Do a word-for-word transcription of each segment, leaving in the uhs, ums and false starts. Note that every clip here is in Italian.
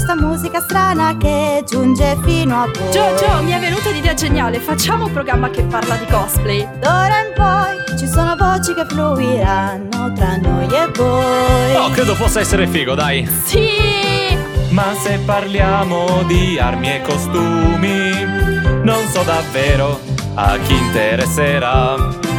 questa musica strana che giunge fino a voi. Gio, Gio, mi è venuta un'idea geniale. Facciamo un programma che parla di cosplay. D'ora in poi ci sono voci che fluiranno tra noi e voi. No, credo possa essere figo, dai. Sì! Ma se parliamo di armi e costumi, non so davvero a chi interesserà.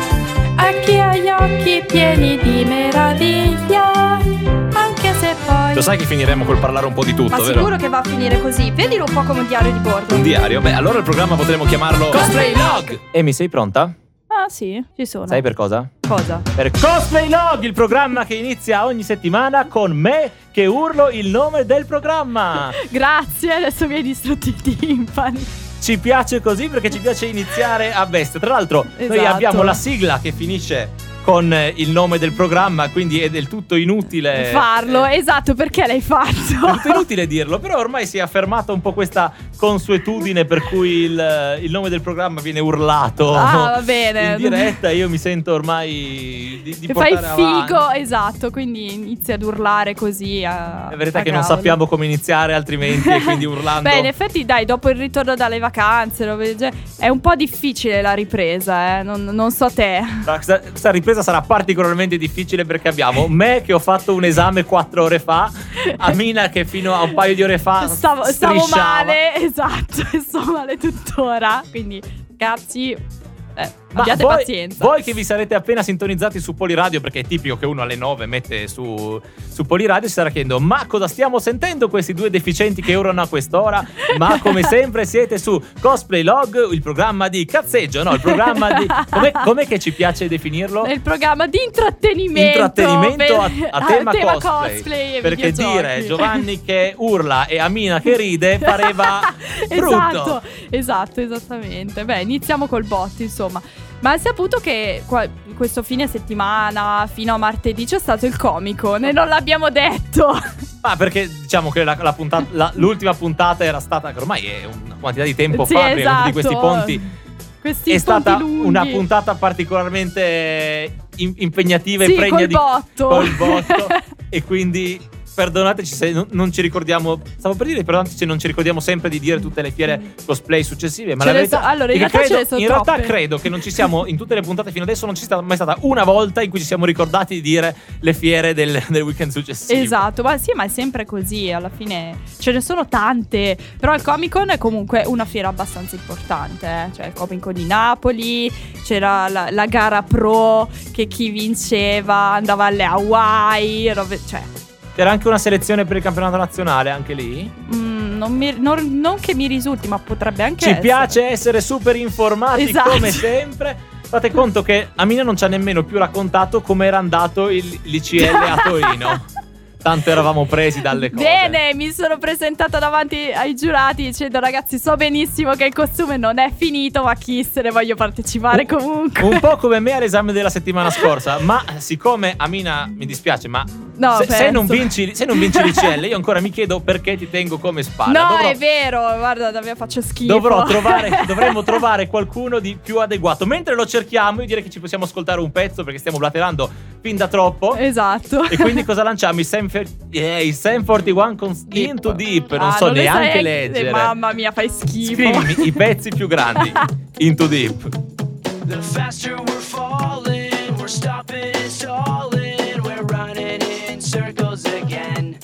A chi ha gli occhi pieni di meraviglia, anche se poi... Lo sai che finiremo col parlare un po' di tutto, Ma vero? sicuro che va a finire così. Vedilo un po' come un diario di bordo. Un diario? Beh, allora il programma potremmo chiamarlo Cosplay Log. Amy, sei pronta? Ah sì, ci sono. Sai per cosa? Cosa? Per Cosplay Log, il programma che inizia ogni settimana con me che urlo il nome del programma. Grazie, adesso mi hai distrutto i timpani. Ci piace così perché ci piace iniziare a bestia. Tra l'altro, esatto. Noi abbiamo la sigla che finisce con il nome del programma, quindi è del tutto inutile farlo, eh, esatto, perché l'hai fatto? È tutto inutile dirlo, però ormai si è affermata un po' questa consuetudine per cui il, il nome del programma viene urlato ah, va bene. in diretta. Io mi sento ormai di, di che portare fai figo, avanti. Esatto, quindi inizi ad urlare così a, È verità a che cavolo. non sappiamo come iniziare altrimenti e quindi urlando. Beh, in effetti dai, dopo il ritorno dalle vacanze è un po' difficile la ripresa, eh? non, non so te. Questa, questa ripresa sarà particolarmente difficile perché abbiamo me che ho fatto un esame quattro ore fa, Amina che fino a un paio di ore fa stavo, stavo strisciava. male, esatto, e sto male tuttora, quindi ragazzi eh, abbiate voi, pazienza. Voi che vi sarete appena sintonizzati su Poliradio, perché è tipico che uno alle nove mette su, su Poliradio, si starà chiedendo: ma cosa stiamo sentendo questi due deficienti che urlano a quest'ora? Ma come sempre siete su Cosplay Log, il programma di cazzeggio, no? Il programma di... Com'è, com'è che ci piace definirlo? È il programma di intrattenimento. Intrattenimento a, a tema, a tema cosplay, cosplay e perché videogiochi. dire Giovanni che urla e Amina che ride pareva brutto. Esatto, esatto, esattamente. Beh, iniziamo col botto, insomma. Ma hai saputo che qua, questo fine settimana fino a martedì c'è stato il Comic-Con e non l'abbiamo detto. Ma perché diciamo che la, la puntata, la, l'ultima puntata era stata, che ormai è una quantità di tempo sì, fa, perché esatto. di questi ponti Questi è stata lunghi. Una puntata particolarmente in, impegnativa sì, e pregna col di botto. col botto e quindi perdonateci se non, non ci ricordiamo. Stavo per dire, perdonateci se non ci ricordiamo sempre di dire tutte le fiere cosplay successive. Ma Ce la ne so- verità allora, in è che realtà credo, ce ne sono in realtà troppe. credo che non ci siamo in tutte le puntate fino adesso. Non ci sia mai stata una volta in cui ci siamo ricordati di dire le fiere del, del weekend successivo. Esatto, ma sì, ma è sempre così. Alla fine ce ne sono tante. Però il Comic Con è comunque una fiera abbastanza importante, eh? Cioè il Comic Con di Napoli, c'era la, la gara pro che chi vinceva andava alle Hawaii, robe, cioè C'era anche una selezione per il campionato nazionale, anche lì? mm, non, mi, non, non che mi risulti, ma potrebbe anche Ci essere. piace essere super informati, Esatto. come sempre. Fate conto che Amina non ci ha nemmeno più raccontato come era andato il l'I C L a Torino. Tanto eravamo presi dalle cose. Bene, mi sono presentata davanti ai giurati dicendo: ragazzi, so benissimo che il costume non è finito, ma chi se ne voglio partecipare comunque. Un po' come me all'esame della settimana scorsa. Ma siccome Amina, mi dispiace, ma No, se, se penso. non vinci se non vinci l'I C L, io ancora mi chiedo perché ti tengo come spalla. No, dovrò, è vero, guarda, davvero faccio schifo. dovrò trovare Dovremmo trovare qualcuno di più adeguato. Mentre lo cerchiamo, io direi che ci possiamo ascoltare un pezzo, perché stiamo blaterando fin da troppo. Esatto. E quindi cosa lanciamo? I Sam, yeah, i Sam quarantuno con Deep. Into Deep. Non Ah, so non le neanche sai- leggere. eh, Mamma mia, fai schifo. Scrivimi i pezzi più grandi. Into Deep. The faster we're falling, we're stopping and stalling, we're running in circles again.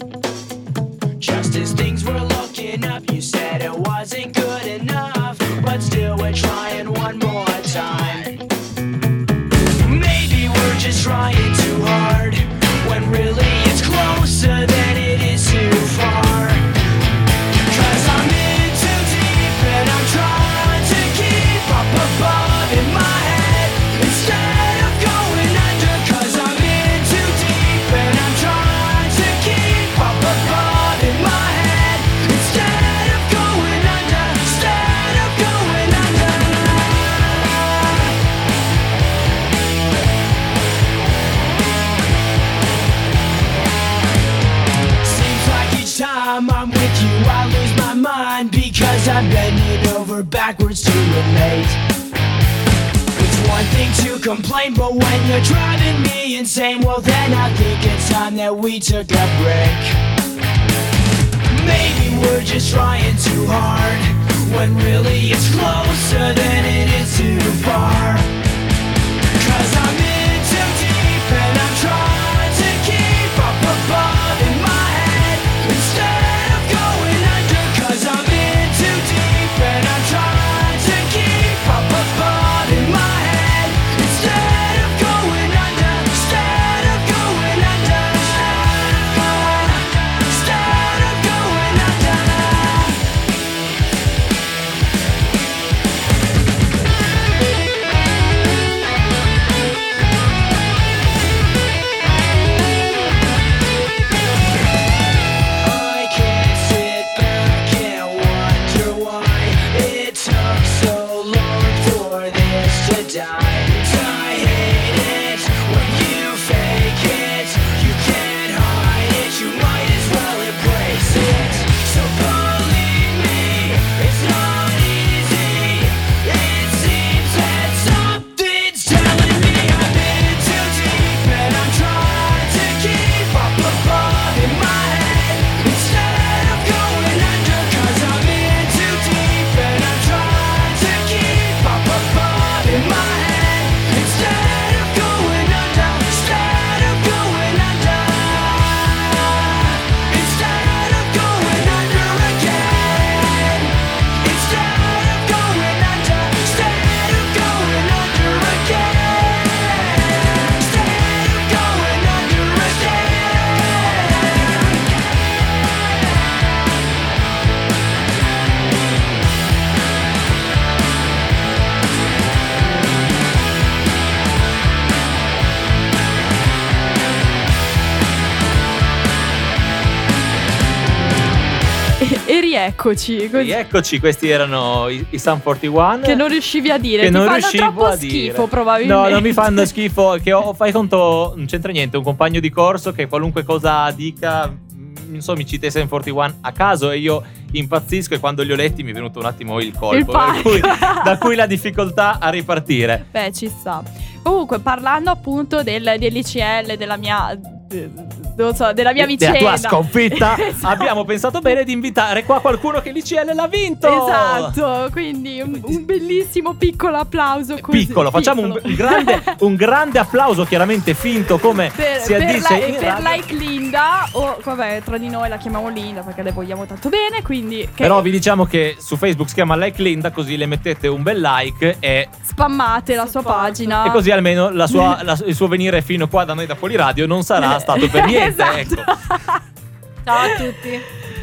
Just as things were looking up, you said it wasn't good enough, but still we're trying one more time. Maybe we're just trying too hard, when really it's closer than it is too far. 'Cause I'm in too deep and I'm trying to keep up above in my head instead of going under. 'Cause I'm in too deep and I'm trying to keep up above in my head instead of going under, instead of going under. Seems like each time I'm with you I lose my mind, because I'm bending over backwards to relate. It's one thing to complain, but when you're driving me insane, well then I think it's time that we took a break. maybe we're just trying too hard, when really it's closer than it is too far. Cause I'm in too deep and I'm trying to keep up above in my head instead of going under. Cause I'm in too deep and I'm trying to keep up above in my head instead of going under. Instead of going under. Instead of going under. I can't sit back and wonder why it took so long for this to die. I hate it when you fake it. You can't hide it, you might as well embrace it. So believe me, it's not easy. It seems that something's telling me I'm in too deep and I'm trying to keep up above in my head instead of going under. Cause I'm in too deep and I'm trying to keep up above in my head instead of going under. Instead of going under. Instead of going under again. Instead of going under. Instead of going under again. Instead of going under E, e rieccoci. Così. Rieccoci, questi erano i, i Sum quarantuno. Che non riuscivi a dire. Che Ti non fanno riuscivo troppo a schifo, dire. probabilmente. No, non mi fanno schifo. Che ho, fai conto, non c'entra niente. Un compagno di corso che qualunque cosa dica, mm, non so, mi cita i Sum quarantuno a caso e io impazzisco. E quando li ho letti mi è venuto un attimo il colpo. Il per panico. cui, da cui la difficoltà a ripartire. Beh, ci sta. Comunque, parlando appunto del, dell'I C L, della mia. Non so, della mia vicenda. Della tua sconfitta. Esatto. Abbiamo pensato bene di invitare qua qualcuno che l'I C L l'ha vinto. Esatto, quindi un, un bellissimo piccolo applauso così. Piccolo, facciamo un, piccolo. un grande, un grande applauso, chiaramente finto come Per, si per, addice la, in per radio. like Linda, o vabbè, tra di noi la chiamiamo Linda perché le vogliamo tanto bene, quindi che Però vi diciamo che su Facebook si chiama Like Linda, così le mettete un bel like e, spammate la sua Supporto. pagina. e così almeno la sua, la- il suo venire fino qua da noi da Poliradio non sarà stato per niente. Esatto. Ecco. Ciao a tutti.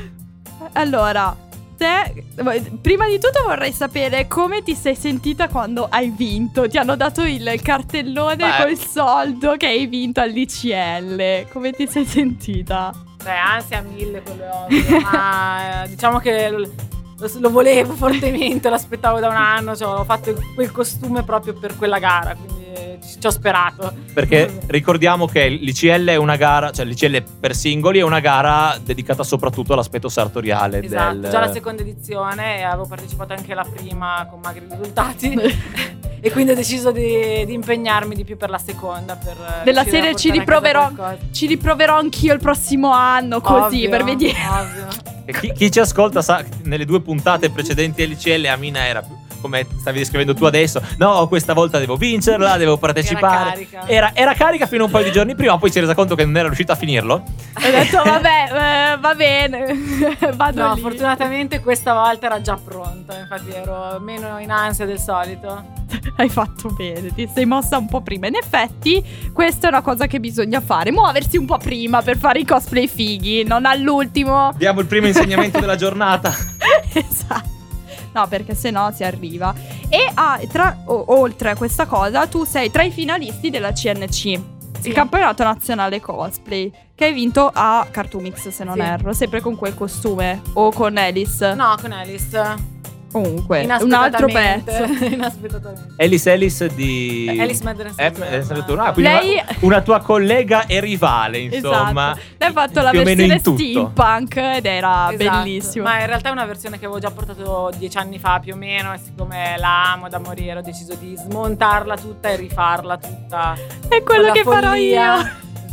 Allora, te, prima di tutto vorrei sapere come ti sei sentita quando hai vinto. Ti hanno dato il cartellone Beh. col soldo che hai vinto all'I C L. Come ti sei sentita? Beh, ansia mille, quello è ovvio. Ma eh, diciamo che lo, lo- lo volevo fortemente, l'aspettavo da un anno. Cioè, ho fatto quel costume proprio per quella gara, quindi eh, ci, ci ho sperato. Perché ricordiamo che l'I C L è una gara, cioè l'I C L per singoli è una gara dedicata soprattutto all'aspetto sartoriale. Esatto, del... già la seconda edizione e avevo partecipato anche alla prima con magri risultati. E quindi ho deciso di, di impegnarmi di più per la seconda. Per Della riuscire a serie ci portare a casa riproverò, qualcosa. ci riproverò anch'io il prossimo anno, così Ovvio, per vedere. ovvio. E chi, chi ci ascolta sa che nelle due puntate precedenti all'I C L Amina era più, come stavi descrivendo tu adesso, no, questa volta devo vincerla, devo partecipare. Era carica. Era, era carica fino a un paio di giorni prima, poi si è resa conto che non era riuscita a finirlo. Ho detto vabbè, eh, va bene. Vado No, lì. fortunatamente questa volta era già pronta. Infatti ero meno in ansia del solito. Hai fatto bene, ti sei mossa un po' prima. In effetti, questa è una cosa che bisogna fare: muoversi un po' prima per fare i cosplay fighi, non all'ultimo. Diamo il primo insegnamento della giornata. Esatto. No, perché se no si arriva. E ah, tra, o- oltre a questa cosa, tu sei tra i finalisti della C N C, Sì. il campionato nazionale cosplay, che hai vinto a Cartoomix, se non Sì. erro. Sempre con quel costume o con Alice. No, con Alice. Comunque, un altro Inaspettatamente. pezzo. Inaspettatamente. Alice Alice di Alice Madness Eh, Madness Return. Ah, quindi Lei- una, una tua collega e rivale, insomma. Esatto. Lei ha fatto la più o meno versione in tutto. steampunk ed era Esatto. bellissima. Ma in realtà è una versione che avevo già portato dieci anni fa più o meno. E siccome la amo da morire, ho deciso di smontarla tutta e rifarla tutta. È quello con la che farò follia. io. Esatto.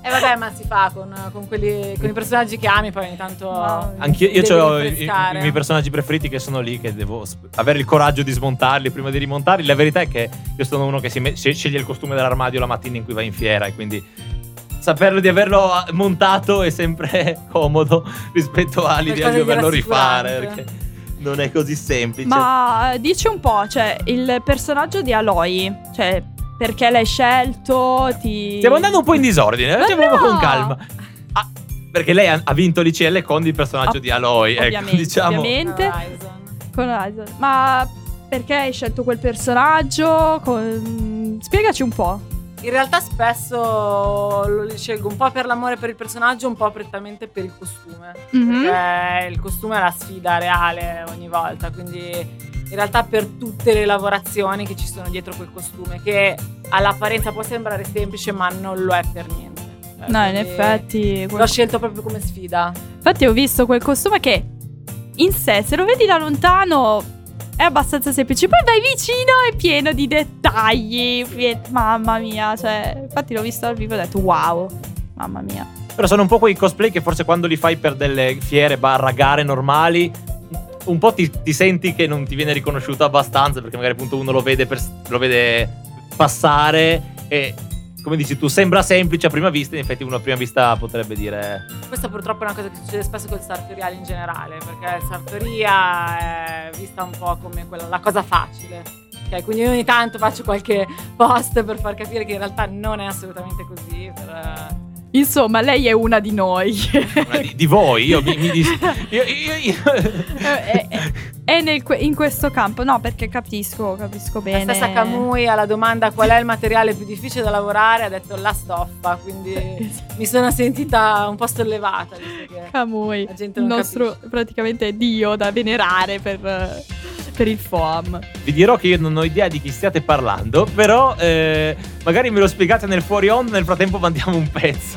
Eh vabbè, ma si fa con, con quelli con i personaggi che ami, poi ogni tanto No. Anch'io io devi ho i, i- rinfrescare. i miei personaggi preferiti che sono lì, che devo sp- avere il coraggio di smontarli prima di rimontarli. La verità è che io sono uno che si me- si- sceglie il costume dall'armadio la mattina in cui va in fiera, e quindi saperlo di averlo montato è sempre comodo rispetto all'idea di Qualcosa di doverlo rifare, rassicurante. perché non è così semplice. Ma eh, dici un po', cioè, il personaggio di Aloy, cioè, perché l'hai scelto? Ti... Stiamo andando un po' in disordine, Ma andiamo un po' no! con calma. Ah, perché lei ha, ha vinto l'I C L con il personaggio Ah, di Aloy, ecco, ovviamente, diciamo. ovviamente. Horizon. Con Horizon. Ma perché hai scelto quel personaggio? Con- Spiegaci un po'. In realtà spesso lo scelgo un po' per l'amore per il personaggio, un po' prettamente per il costume. Mhm. Perché il costume è la sfida reale ogni volta, quindi in realtà per tutte le lavorazioni che ci sono dietro quel costume, che all'apparenza può sembrare semplice ma non lo è per niente. Eh, No, in quindi effetti. quel- l'ho scelto proprio come sfida. Infatti, ho visto quel costume che in sé, se lo vedi da lontano, è abbastanza semplice. Poi vai vicino, è pieno di dettagli. pie- Mamma mia, cioè, infatti l'ho visto dal vivo e ho detto wow, mamma mia. Però sono un po' quei cosplay che forse quando li fai per delle fiere barra gare normali un po' ti, ti senti che non ti viene riconosciuto abbastanza, perché magari appunto uno lo vede, per, lo vede passare e, come dici tu, sembra semplice a prima vista, in effetti uno a prima vista potrebbe dire... Questa purtroppo è una cosa che succede spesso con il sartoriale in generale, perché il sartoria è vista un po' come quella, la cosa facile. Ok, quindi ogni tanto faccio qualche post per far capire che in realtà non è assolutamente così. Per, Insomma, lei è una di noi. Una di, di voi, io mi, mi dis- io, io, io- è, è- è nel que- in questo campo. No, perché capisco, capisco La bene. stessa Kamui alla domanda qual è il materiale più difficile da lavorare ha detto la stoffa, quindi mi sono sentita un po' sollevata. Visto che Kamui, la gente il non nostro capisce. praticamente dio da venerare per, per il F O A M. vi dirò che io non ho idea di chi stiate parlando, però eh, magari me lo spiegate nel fuori onda, nel frattempo mandiamo un pezzo.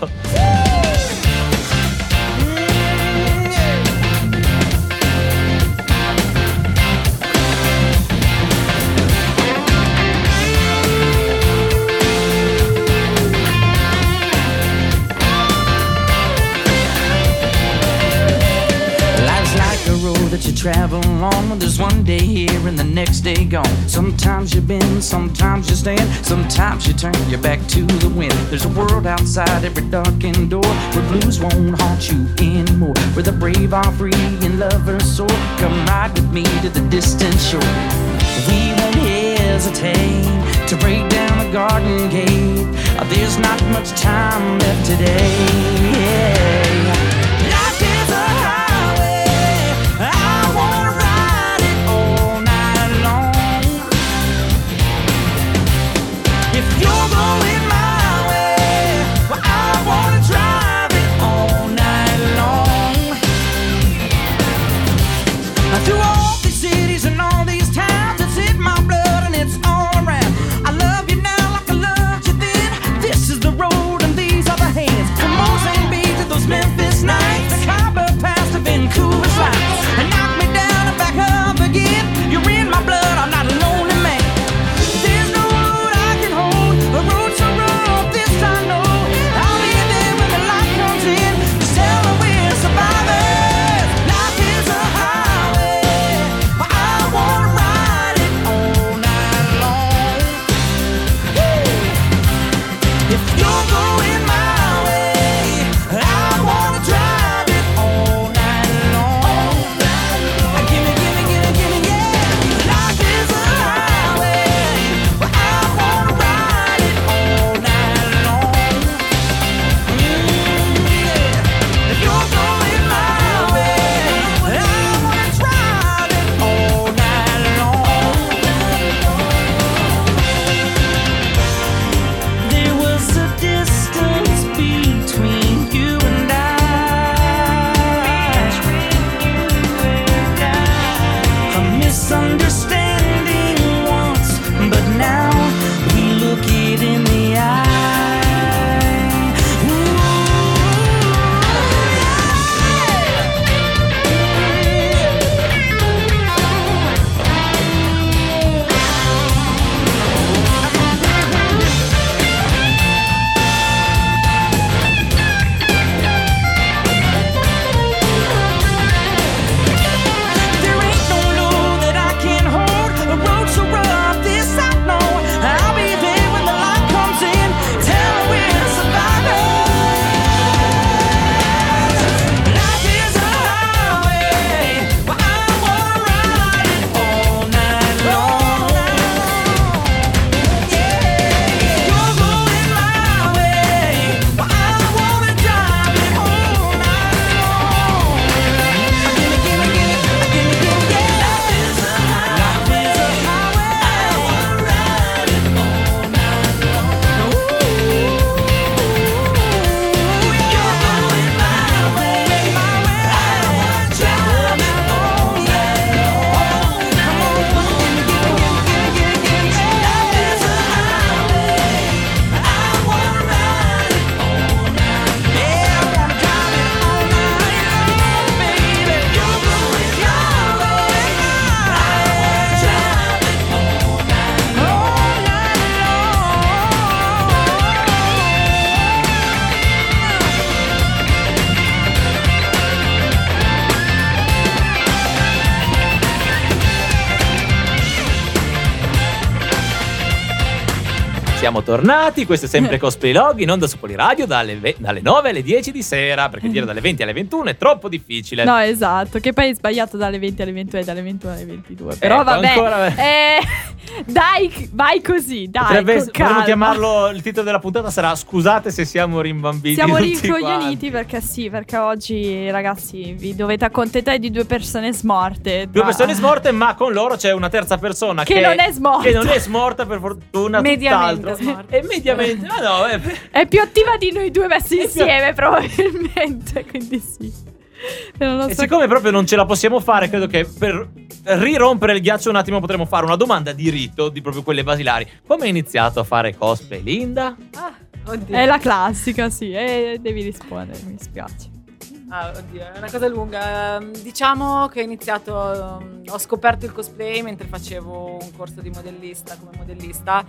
Life's like a road that you travel along. There's one day here and the next day gone. Sometimes you bend, sometimes you stand, sometimes you turn your back to the wind. There's a world outside every darkened door where blues won't haunt you anymore, where the brave are free and lovers soar. Come ride with me to the distant shore. We won't hesitate to break down the garden gate. There's not much time left today. Life is a highway, I wanna ride it all night long. If you're going my way, well, I wanna drive it all night long. Through all these cities and all these towns, it's in my blood and it's all around. I love you now like I loved you then. This is the road and these are the hands. Come on, sing Siamo tornati, questo è sempre Cosplay Log in onda su Poliradio dalle, ve- dalle nove alle dieci di sera, perché dire dalle venti alle ventuno è troppo difficile. No, esatto, che poi hai sbagliato dalle venti alle ventuno e dalle ventuno alle ventidue. Però Ecco, vabbè, ancora- eh, dai, vai così, dai, Potrebbe con essere- potremmo calma. chiamarlo, il titolo della puntata sarà Scusate se siamo rimbambiti Siamo tutti rincoglioniti quanti. perché sì, perché oggi ragazzi vi dovete accontentare di due persone smorte. Due Ma- persone smorte, ma con loro c'è una terza persona Che che, non è smorta. Che non è smorta per fortuna, Mediamente tutt'altro. smorta. E mediamente, ma no, è, È più attiva di noi due messi È più- insieme probabilmente, quindi sì. Non lo E so. siccome proprio non ce la possiamo fare, credo che per rirompere il ghiaccio un attimo potremmo fare una domanda di rito, di proprio quelle basilari. Come hai iniziato a fare cosplay, Linda? Ah, oddio. È la classica, sì, e devi rispondere, mi spiace. Ah, oddio, è una cosa lunga. Ehm, Diciamo che ho iniziato, ehm, ho scoperto il cosplay mentre facevo un corso di modellista, come modellista,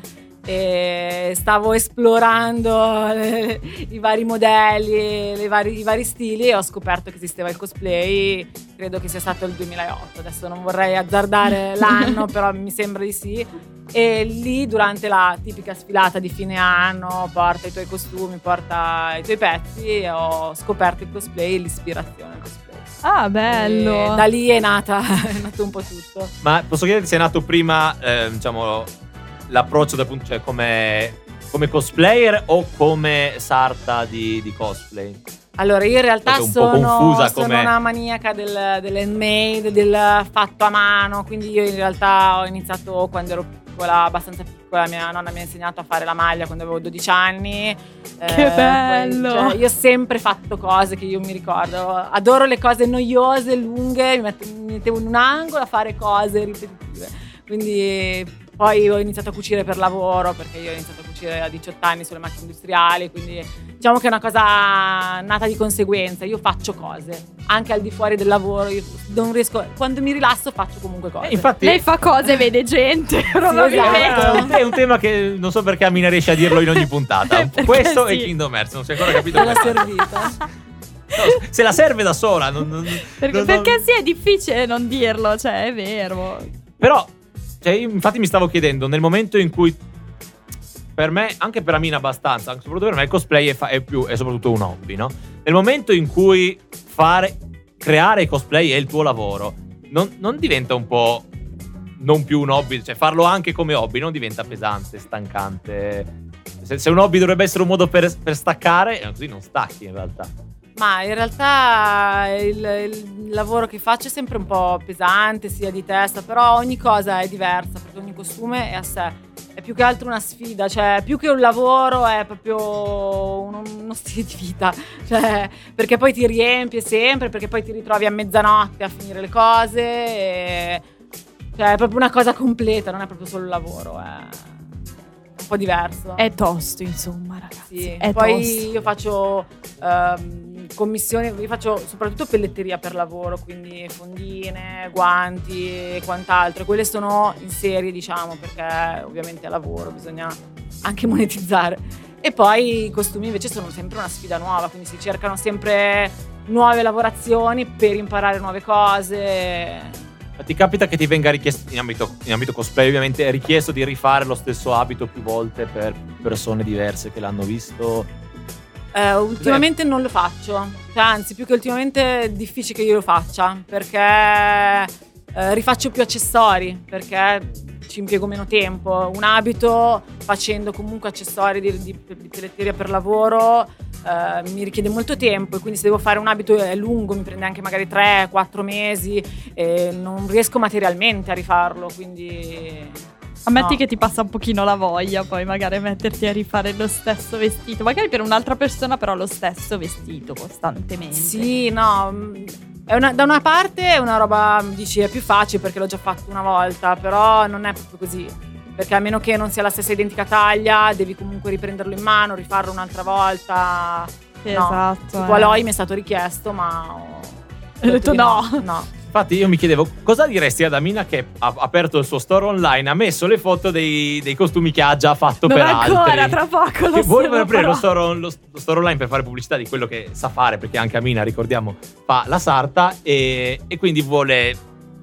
e stavo esplorando le- i vari modelli, le vari- i vari stili, e ho scoperto che esisteva il cosplay. Credo che sia stato il duemilaotto, adesso non vorrei azzardare l'anno, però mi sembra di sì. E lì, durante la tipica sfilata di fine anno, porta i tuoi costumi, porta i tuoi pezzi, ho scoperto il cosplay e l'ispirazione al cosplay. Ah, bello. E da lì è nata, è nato un po' tutto. Ma posso chiederti se è nato prima, eh, diciamo, l'approccio dal punto, cioè come, come cosplayer o come sarta di, di cosplay? Allora, io in realtà Perché è un po' sono, confusa sono come- una maniaca del, dell'handmade, del fatto a mano, quindi io in realtà ho iniziato quando ero piccola, abbastanza piccola, mia nonna mi ha insegnato a fare la maglia quando avevo dodici anni. Che bello! Cioè, io ho sempre fatto cose che io mi ricordo, adoro le cose noiose, lunghe, mi, metto- mi mettevo in un angolo a fare cose ripetitive, quindi poi ho iniziato a cucire per lavoro, perché io ho iniziato a cucire a diciotto anni sulle macchine industriali, quindi diciamo che è una cosa nata di conseguenza. Io faccio cose anche al di fuori del lavoro, io non riesco, quando mi rilasso faccio comunque cose. Eh, infatti Lei fa cose, vede gente, è probabilmente. esatto. un, è un tema che non so perché Amina riesce a dirlo in ogni puntata. Perché Questo sì. e Kingdom Hearts, non si è ancora capito Me l'ha come fare. servita. No, se la serve da sola. non- non- Perché, non- perché sì, è difficile non dirlo, cioè è vero. Però, cioè, io infatti mi stavo chiedendo, nel momento in cui, per me, anche per Amina abbastanza, anche soprattutto per me, il cosplay è, fa- è più, è soprattutto un hobby, no? Nel momento in cui fare, creare il cosplay è il tuo lavoro, non, non diventa un po' non più un hobby, cioè farlo anche come hobby non diventa pesante, stancante. Se, se un hobby dovrebbe essere un modo per, per staccare, eh, così non stacchi in realtà. Ma in realtà il, il lavoro che faccio è sempre un po' pesante, sia di testa, però ogni cosa è diversa, perché ogni costume è a sé. È più che altro una sfida, cioè più che un lavoro è proprio uno, uno stile di vita, cioè, perché poi ti riempie sempre, perché poi ti ritrovi a mezzanotte a finire le cose, e, cioè è proprio una cosa completa, non è proprio solo il lavoro, è un po' diverso. È tosto, insomma, ragazzi. Sì, È poi tosto. io faccio ehm, commissioni, io faccio soprattutto pelletteria per lavoro, quindi fondine, guanti e quant'altro. Quelle sono in serie, diciamo, perché ovviamente a lavoro bisogna anche monetizzare. E poi i costumi invece sono sempre una sfida nuova, quindi si cercano sempre nuove lavorazioni per imparare nuove cose. Ma ti capita che ti venga richiesto, in ambito, in ambito cosplay ovviamente, è richiesto di rifare lo stesso abito più volte per persone diverse che l'hanno visto? Eh, ultimamente non lo faccio, cioè, anzi più che ultimamente è difficile che io lo faccia, perché eh, rifaccio più accessori, perché ci impiego meno tempo. Un abito, facendo comunque accessori di, di, di pelletteria per lavoro, eh, mi richiede molto tempo, e quindi se devo fare un abito è lungo, mi prende anche magari tre quattro mesi, e non riesco materialmente a rifarlo, quindi... Ammetti no. che ti passa un pochino la voglia poi magari metterti a rifare lo stesso vestito, magari per un'altra persona, però lo stesso vestito costantemente. Sì, no, mh, è una- da una parte è una roba, dici, è più facile perché l'ho già fatto una volta, però non è proprio così, perché a meno che non sia la stessa identica taglia devi comunque riprenderlo in mano, rifarlo un'altra volta. Sì, No, esatto. tipo eh. Aloy mi è stato richiesto, ma ho, Ho detto di no. no. Infatti io mi chiedevo cosa diresti ad Amina che ha aperto il suo store online, ha messo le foto dei, dei costumi che ha già fatto Non per ancora, altri. tra poco lo Che vuole stiamo aprire lo però. store, on- lo, lo store online per fare pubblicità di quello che sa fare, perché anche Amina, ricordiamo, fa la sarta, e, e quindi vuole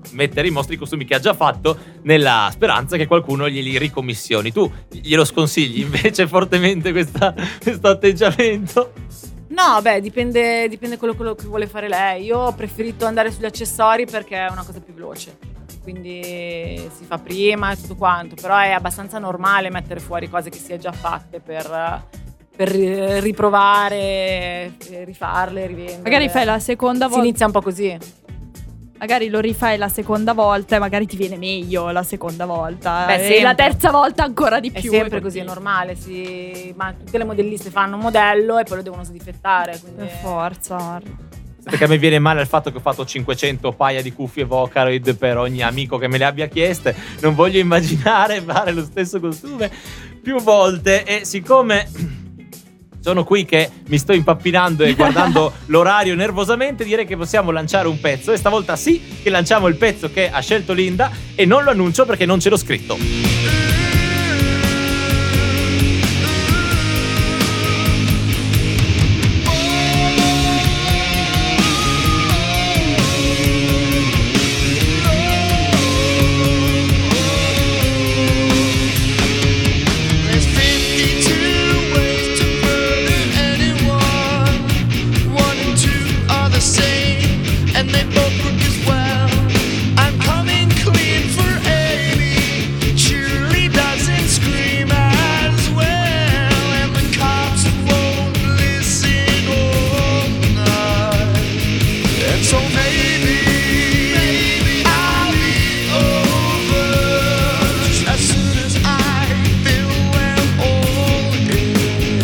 mettere in mostra i costumi che ha già fatto nella speranza che qualcuno glieli ricommissioni. Tu glielo sconsigli invece fortemente questa, questo atteggiamento? No, beh, dipende, dipende quello, quello che vuole fare lei. Io ho preferito andare sugli accessori perché è una cosa più veloce, quindi si fa prima e tutto quanto, però è abbastanza normale mettere fuori cose che si è già fatte per, per riprovare, rifarle, rivendere. Magari fai la seconda Si volta. inizia un po' così. Magari lo rifai la seconda volta e magari ti viene meglio la seconda volta. Beh, e sempre. la terza volta ancora di È più. sempre e così, è così. normale, si... ma tutte le modelliste fanno un modello e poi lo devono sdifettare. Quindi... Per forza, guarda. Perché a me viene male il fatto che ho fatto cinquecento paia di cuffie Vocaloid per ogni amico che me le abbia chieste. Non voglio immaginare fare lo stesso costume più volte. E siccome sono qui che mi sto impappinando e guardando l'orario nervosamente, direi che possiamo lanciare un pezzo. E stavolta sì che lanciamo il pezzo che ha scelto Linda, e non lo annuncio perché non ce l'ho scritto. There's fifty-two ways to murder anyone. One and two are the same, and they both work as well. I'm coming clean for Amy. Julie doesn't scream as well, and the cops won't listen all night. And so maybe, maybe I'll be over as soon as I feel them all in.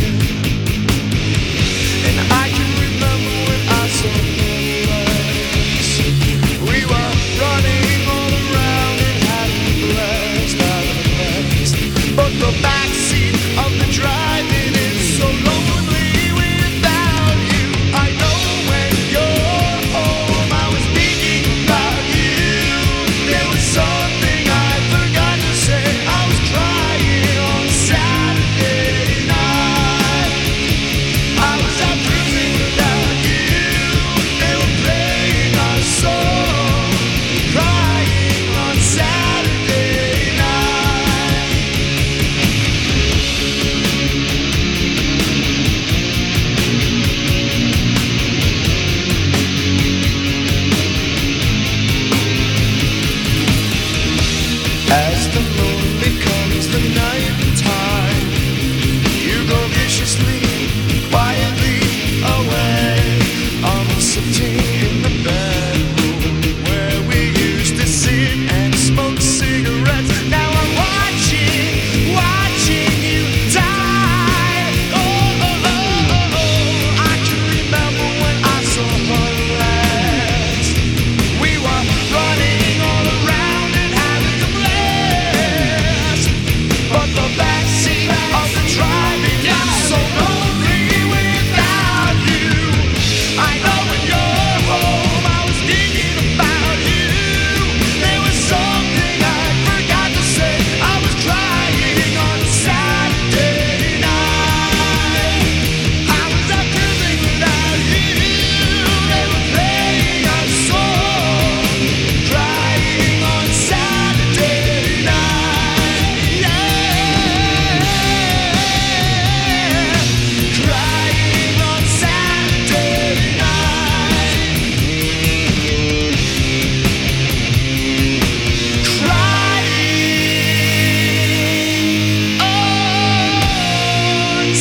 And I can remember when I saw her last. We were running all around and having a blast, having a blast. But the backseat of the driving is so lonely without you. I know when you're home, I was thinking about you. There was something I forgot to say. I was crying on Saturday night. I was out cruising without you. They were playing our song, crying on Saturday night. As the moon becomes the night time, you go viciously, quietly away. I'm sitting in the bedroom where we used to sit and smoke cigarettes. Now I'm watching, watching you die. Oh, oh, oh, oh, oh. I can remember when I saw her last. We were running all around and having a blast. But the backseat of the driving is so lonely without you. I know when you're home, I was thinking about you. There was something I forgot to say. I was crying on Saturday night. I was out cruising without you. They were playing our song, crying on Saturday night. Yeah, crying on Saturday night. Crying on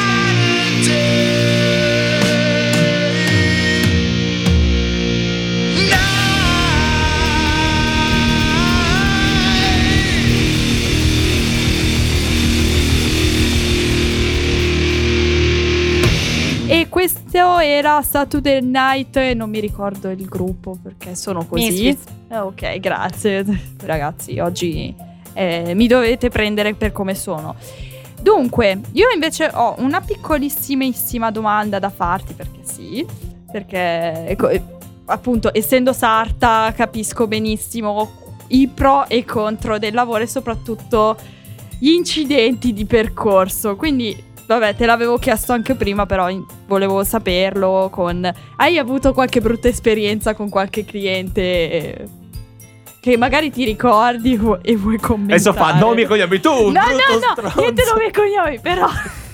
E questo era Saturday Night e non mi ricordo il gruppo perché sono così. Misfits. Eh, ok, grazie. Ragazzi, oggi eh, mi dovete prendere per come sono. Dunque, io invece ho una piccolissimissima domanda da farti, perché sì, perché ecco, eh, appunto essendo sarta capisco benissimo i pro e i contro del lavoro e soprattutto gli incidenti di percorso. Quindi vabbè, te l'avevo chiesto anche prima, però in- volevo saperlo con... Hai avuto qualche brutta esperienza con qualche cliente? che magari ti ricordi vu- e vuoi commentare. Adesso fa nomi e cognomi tu. No, brutto no, no, stronzo. niente nomi e cognomi, però.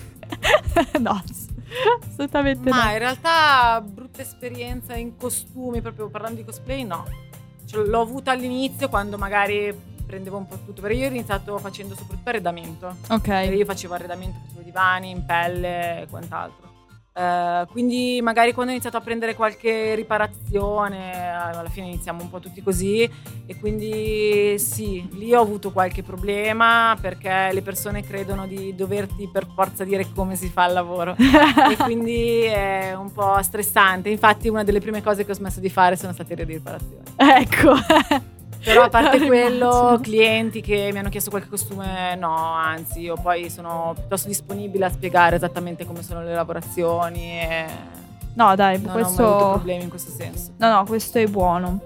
No, assolutamente Ma no. in realtà brutta esperienza in costumi, proprio parlando di cosplay, no. Cioè, l'ho avuta all'inizio quando magari prendevo un po' tutto, perché io ho iniziato facendo soprattutto arredamento. Perché Ok. io facevo arredamento, facevo divani in pelle e quant'altro. Eh, quindi magari quando ho iniziato a prendere qualche riparazione, eh, alla fine iniziamo un po' tutti così, e quindi sì, lì ho avuto qualche problema perché le persone credono di doverti per forza dire come si fa il lavoro e quindi è un po' stressante. Infatti una delle prime cose che ho smesso di fare sono state le riparazioni. Ecco. Però a parte Lo quello, immagino. clienti che mi hanno chiesto qualche costume, no, anzi, io poi sono piuttosto disponibile a spiegare esattamente come sono le lavorazioni e No, dai, non ho mai avuto questo. problemi in questo senso. No, no, questo è buono.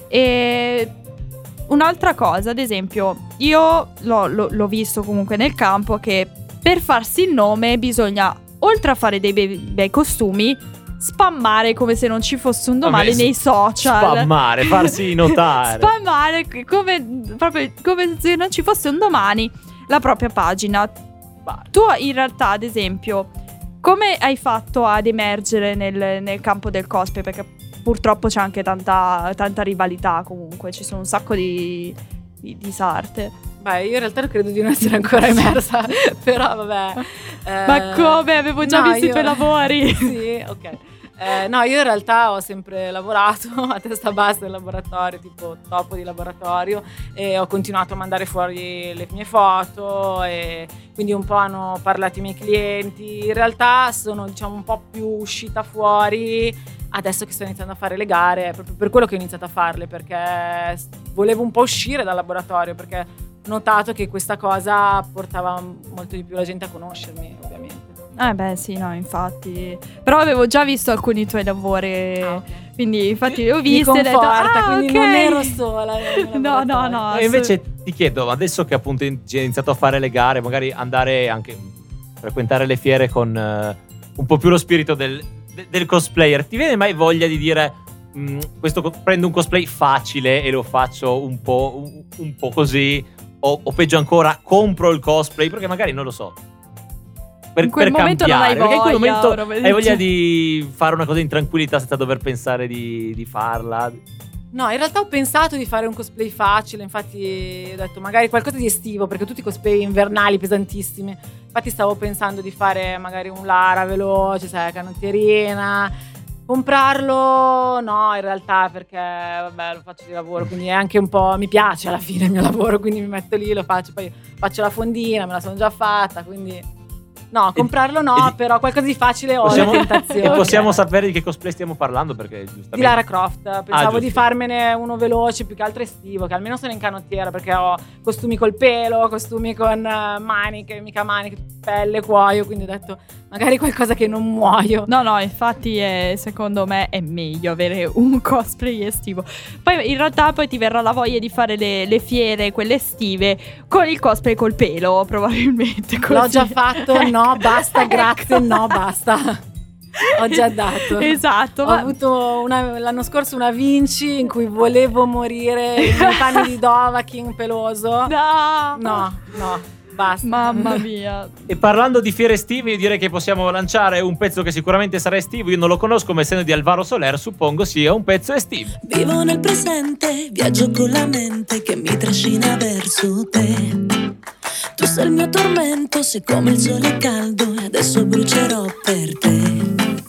E un'altra cosa, ad esempio, io l'ho, l'ho- l'ho visto comunque nel campo che per farsi il nome bisogna, oltre a fare dei bei, bei costumi, spammare come se non ci fosse un domani Vabbè, nei social. Spammare, farsi notare. Spammare come, proprio, come se non ci fosse un domani la propria pagina. Ma tu in realtà, ad esempio, come hai fatto ad emergere nel, nel campo del cosplay? Perché purtroppo c'è anche tanta, tanta rivalità comunque, ci sono un sacco di, di, di sarte. Beh, io in realtà credo di non essere ancora emersa, però vabbè. eh, Ma come? Avevo già no, visto i io- tuoi lavori. Sì, ok. Eh, no, io in realtà ho sempre lavorato a testa bassa in laboratorio, tipo topo di laboratorio, e ho continuato a mandare fuori le mie foto e quindi un po' hanno parlato i miei clienti. In realtà sono, diciamo, un po' più uscita fuori adesso che sto iniziando a fare le gare, proprio per quello che ho iniziato a farle, perché s- volevo un po' uscire dal laboratorio, perché ho notato che questa cosa portava molto di più la gente a conoscermi, ovviamente. Eh beh sì, no, infatti. Però avevo già visto alcuni tuoi lavori, Ah, ok. quindi infatti li ho Mi visti e ho detto, conforta, ah, quindi ok. non ero sola nel No, no, laboratorio. no. E invece ti chiedo, adesso che appunto hai iniziato a fare le gare, magari andare anche frequentare le fiere con eh, un po' più lo spirito del, de- del cosplayer, ti viene mai voglia di dire "Mm, questo co- prendo un cosplay facile e lo faccio un po', un, un po' così, o, o peggio ancora compro il cosplay", perché magari non lo so, per, In quel per momento non cambiare, hai perché in quel voglia, momento o roba del hai voglia genere. di fare una cosa in tranquillità senza dover pensare di, di farla. No, in realtà ho pensato di fare un cosplay facile, infatti ho detto magari qualcosa di estivo, perché tutti i cosplay invernali pesantissimi. Infatti stavo pensando di fare magari un Lara veloce, sai, canottierina. Comprarlo no, in realtà, perché vabbè, lo faccio di lavoro, quindi è anche un po', mi piace alla fine il mio lavoro, quindi mi metto lì, lo faccio, poi faccio la fondina, me la sono già fatta, quindi no, comprarlo no, e di- però qualcosa di facile ho Possiamo, la e tentazione. possiamo sapere di che cosplay stiamo parlando, perché giustamente Di Lara Croft, pensavo Ah, di giusto. farmene uno veloce, più che altro estivo, che almeno sono in canottiera, perché ho costumi col pelo, costumi con eh, maniche, mica maniche, pelle, cuoio, quindi ho detto magari qualcosa che non muoio. No, no, infatti è- secondo me è meglio avere un cosplay estivo. Poi in realtà poi ti verrà la voglia di fare le, le fiere, quelle estive, con il cosplay col pelo, probabilmente. Così. L'ho già fatto, no, basta, Ecco. grazie, no, basta. Ho già dato. Esatto. Ho ma- avuto una- l'anno scorso una Vinci in cui volevo morire in miei panni di Dovahkiin peloso. No. No, no, basta. Mamma mia. E parlando di fiere estive, io direi che possiamo lanciare un pezzo che sicuramente sarà estivo. Io non lo conosco, ma essendo di Alvaro Soler suppongo sia un pezzo estivo. Vivo nel presente, viaggio con la mente che mi trascina verso te. Tu sei il mio tormento, siccome il sole è caldo e adesso brucerò per te.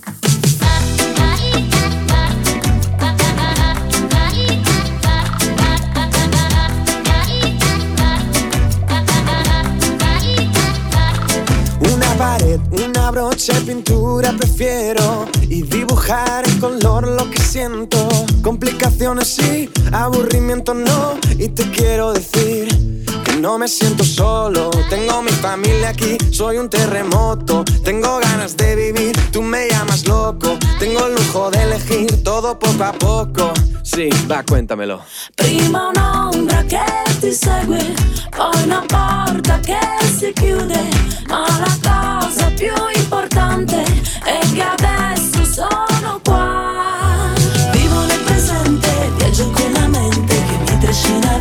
Una pared, una brocha de pintura, prefiero y dibujar en color lo que siento. Complicaciones sí, aburrimiento no, y te quiero decir que no me siento solo. Tengo mi familia aquí, soy un terremoto. Tengo ganas de vivir, tú me llamas loco. Tengo el lujo de elegir todo poco a poco. Sí, va, cuéntamelo. Prima un'ombra che ti segue, poi una porta che si chiude, ma la cosa più importante è che adesso sono qua. Vivo nel presente, viaggio con la mente che mi trascina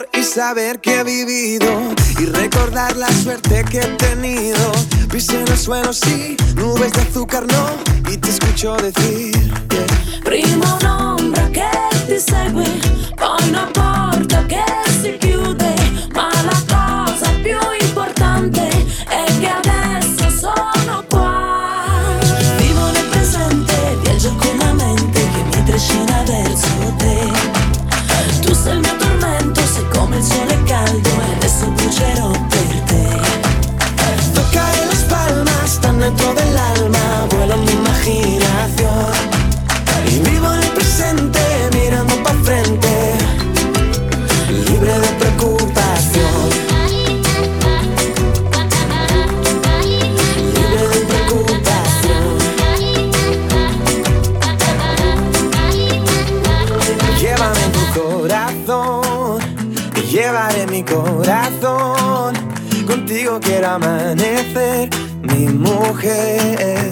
amor y saber que he vivido y recordar la suerte que he tenido. Pisé en el suelo, sí, nubes de azúcar no, y te escucho decir yeah. Prima un'ombra che ti segue, poi una porta che si chiude, ma la cosa più importante è che adesso sono qua. Vivo nel presente, viaggio con la mente che mi trascina verso te. Tu sei il mio tormento, sei come il sole caldo e adesso brucerò per te. Tocar las palmas tan dentro del alma, vuela mi imaginación. Y vivo en el presente, mirando pa' frente, libre de preocupación. Libre de preocupación. Llévame en tu corazón, te llevaré mi corazón. Contigo quiero amanecer, mi mujer.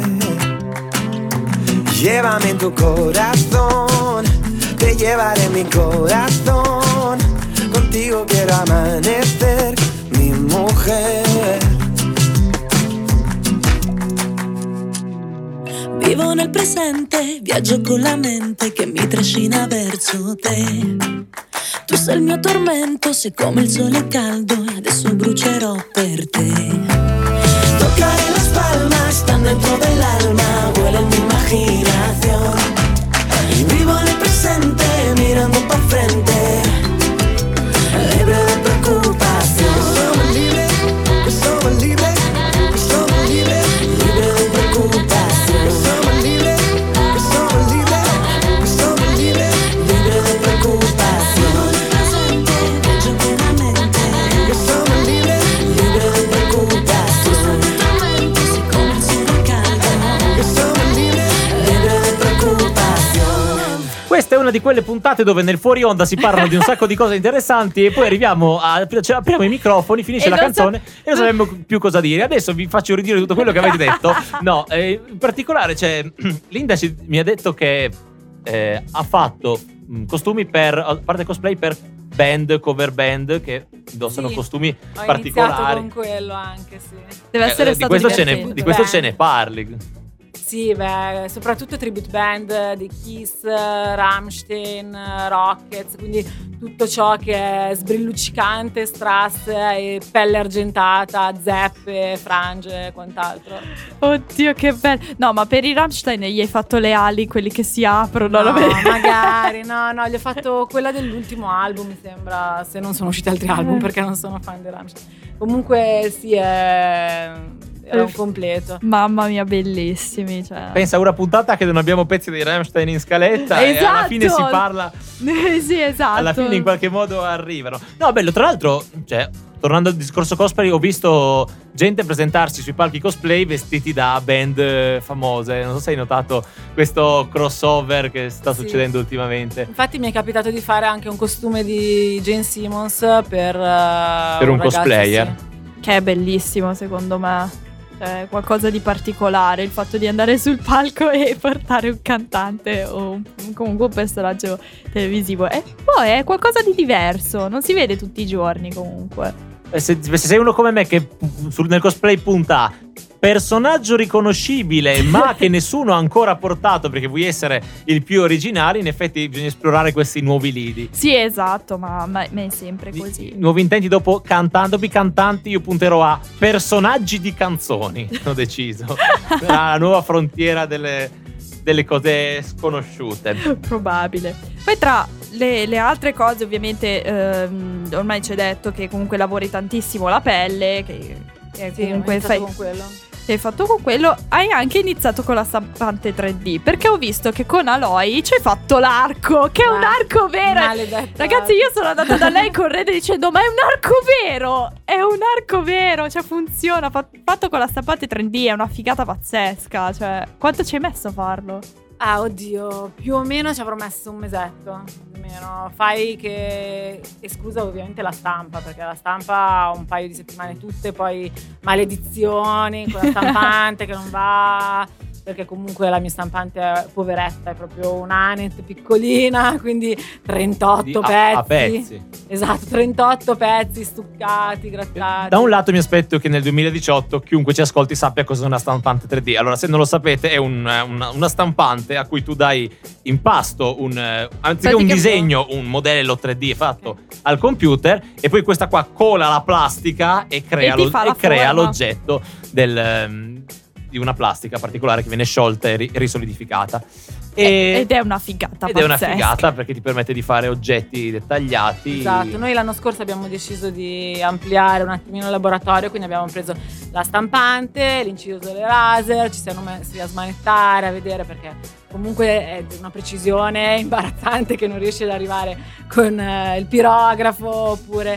Llévame en tu corazón, te llevaré mi corazón. Contigo quiero amanecer, mi mujer. Vivo nel presente, viaggio con la mente che mi trascina verso te. Tu sei il mio tormento, sei come il sole caldo e adesso brucerò per te. Tocaré las palmas tan dentro del alma, vuela en mi imaginación. Y vivo en el presente, mirando pa' frente, libre de preocupación. Que somos libres, que somos libres, que somos libres, libre de preocupación. Que somos libres, que somos libres, que somos libres, libre de preocupación. Viaggio con la mente, Que somos libres, libre de preocupación. sei come il sole caldo. Que somos libres, libre de preocupación. Questa è una di quelle puntate dove nel fuori onda si parlano di un sacco di cose interessanti e poi arriviamo a cioè, apriamo i microfoni, finisce E la non canzone so- e non sappiamo più cosa dire. Adesso vi faccio ridire tutto quello che avete detto. No, eh, in particolare c'è Linda ci- mi ha detto che eh, ha fatto mh, costumi per a parte cosplay per band, cover band che indossano Sì, costumi Ho iniziato particolari. con quello anche, sì. Deve essere Eh, di stato questo ce ne, divertente. di questo Beh. ce ne parli. Sì, beh, soprattutto tribute band di Kiss, Rammstein, Rockets, quindi tutto ciò che è sbrilluccicante, strass e pelle argentata, zeppe, frange e quant'altro. Oddio, che bello. No, ma per i Rammstein gli hai fatto le ali, quelli che si aprono. No, lo vedi? magari, no, no, gli ho fatto quella dell'ultimo album, mi sembra, se non sono usciti altri album perché non sono fan di Rammstein. Comunque sì, è, era un completo. Mamma mia, bellissimi. Cioè. Pensa a una puntata che non abbiamo pezzi di Rammstein in scaletta e alla Esatto. fine si parla. Sì, esatto. Alla fine in qualche modo arrivano. No, bello, tra l'altro, cioè, tornando al discorso cosplay, ho visto gente presentarsi sui palchi cosplay vestiti da band eh, famose. Non so se hai notato questo crossover che sta Sì. succedendo ultimamente. Infatti mi è capitato di fare anche un costume di Jane Simmons per, eh, Per un ragazzo, cosplayer. sì. Che è bellissimo, secondo me. Cioè, qualcosa di particolare. Il fatto di andare sul palco e portare un cantante o un- comunque un personaggio televisivo. E poi è qualcosa di diverso. Non si vede tutti i giorni, comunque. E se, se sei uno come me che sul- nel cosplay punta personaggio riconoscibile ma che nessuno ha ancora portato perché vuoi essere il più originale, in effetti bisogna esplorare questi nuovi lidi. Sì, esatto, ma, ma- ma è sempre così. Nuovi intenti dopo cantando, dopo i cantanti io punterò a personaggi di canzoni, ho deciso. Sarà la nuova frontiera delle, delle cose sconosciute. Probabile. Poi tra le, le altre cose, ovviamente, ehm, ormai ci hai detto che comunque lavori tantissimo la pelle, che, che Sì, ho comunque iniziato fai, con quello. che hai fatto con quello. Hai anche iniziato con la stampante tre D, perché ho visto che con Aloy ci hai fatto l'arco, che è un Ma- arco vero. Maledetta. Ragazzi, io sono andata da lei correndo dicendo: ma è un arco vero! È un arco vero, cioè funziona. Fa- Fatto con la stampante tre D è una figata pazzesca. Cioè, quanto ci hai messo a farlo? Ah, oddio, più o meno ci avrò messo un mesetto. Più o meno. Fai che, esclusa ovviamente la stampa, perché la stampa ha un paio di settimane tutte, poi maledizioni con la stampante che non va. perché comunque la mia stampante è poveretta, è proprio un'Anet piccolina, quindi trentotto Di- a- pezzi. a pezzi. Esatto, trentotto pezzi stuccati, grattati. Da un lato mi aspetto che nel duemiladiciotto chiunque ci ascolti sappia cos'è una stampante tre D. Allora, se non lo sapete, è un- una, una stampante a cui tu dai in pasto un, eh, anziché un Praticamente- disegno, un modello tre D fatto al computer, e poi questa qua cola la plastica e crea, E ti lo- fa la e crea forma. l'oggetto del, ehm, di una plastica particolare che viene sciolta e ri- risolidificata. E- Ed è una figata ed è una pazzesca. figata perché ti permette di fare oggetti dettagliati. Esatto, noi l'anno scorso abbiamo deciso di ampliare un attimino il laboratorio, quindi abbiamo preso la stampante, l'incisore laser, ci siamo messi a smanettare, a vedere, perché comunque è di una precisione imbarazzante che non riesce ad arrivare con eh, il pirografo oppure...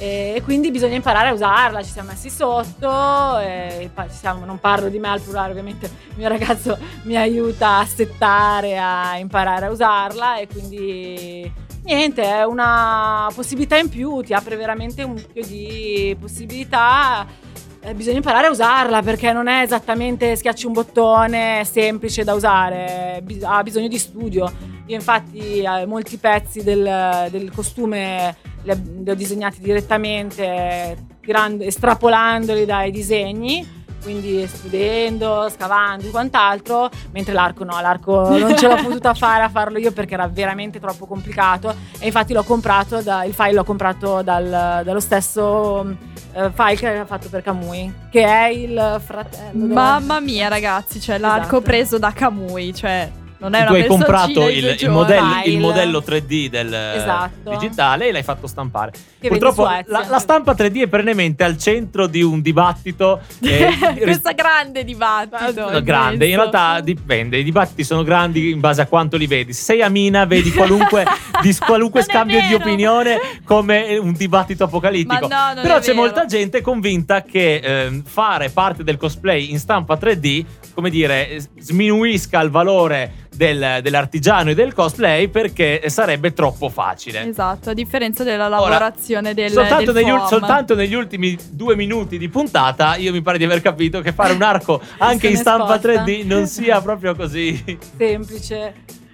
E quindi bisogna imparare a usarla, ci siamo messi sotto, e pa- ci siamo, non parlo di me al plurale, ovviamente il mio ragazzo mi aiuta a settare, a imparare a usarla, e quindi niente, è una possibilità in più, ti apre veramente un mucchio di possibilità. Eh, bisogna imparare a usarla, perché non è esattamente schiacci un bottone semplice da usare, bis- ha bisogno di studio. Io infatti eh, molti pezzi del, del costume li, ho- li ho disegnati direttamente, tirando, estrapolandoli dai disegni, quindi studendo, scavando e quant'altro, mentre l'arco no, l'arco non ce l'ho potuta fare a farlo io perché era veramente troppo complicato, e infatti l'ho comprato, da, il file l'ho comprato dal- dallo stesso eh, file che aveva fatto per Kamui, che è il fratello della- Mamma mia, ragazzi, cioè l'arco Esatto. preso da Kamui, cioè non è Tu una hai personcina comprato di il, due il giorni. modello, il File. modello tre D del Esatto. digitale e l'hai fatto stampare. Che Purtroppo vedi su Etsy la, anche. la stampa tre D è perennemente al centro di un dibattito eh, Questa grande dibattito. No, grande, in immenso. realtà dipende, i dibattiti sono grandi in base a quanto li vedi. Se sei a Mina vedi qualunque, di, qualunque Non è scambio di vero. opinione come un dibattito apocalittico. Ma no, non Però è c'è vero. molta gente convinta che ehm, fare parte del cosplay in stampa tre D, come dire, eh, sminuisca il valore del- dell'artigiano e del cosplay, perché sarebbe troppo facile. Esatto, a differenza della lavorazione del, soltanto, del negli, ul- foam. soltanto negli ultimi due minuti di puntata io mi pare di aver capito che fare un arco anche Se in ne stampa sposta. tre D non sia proprio così. semplice.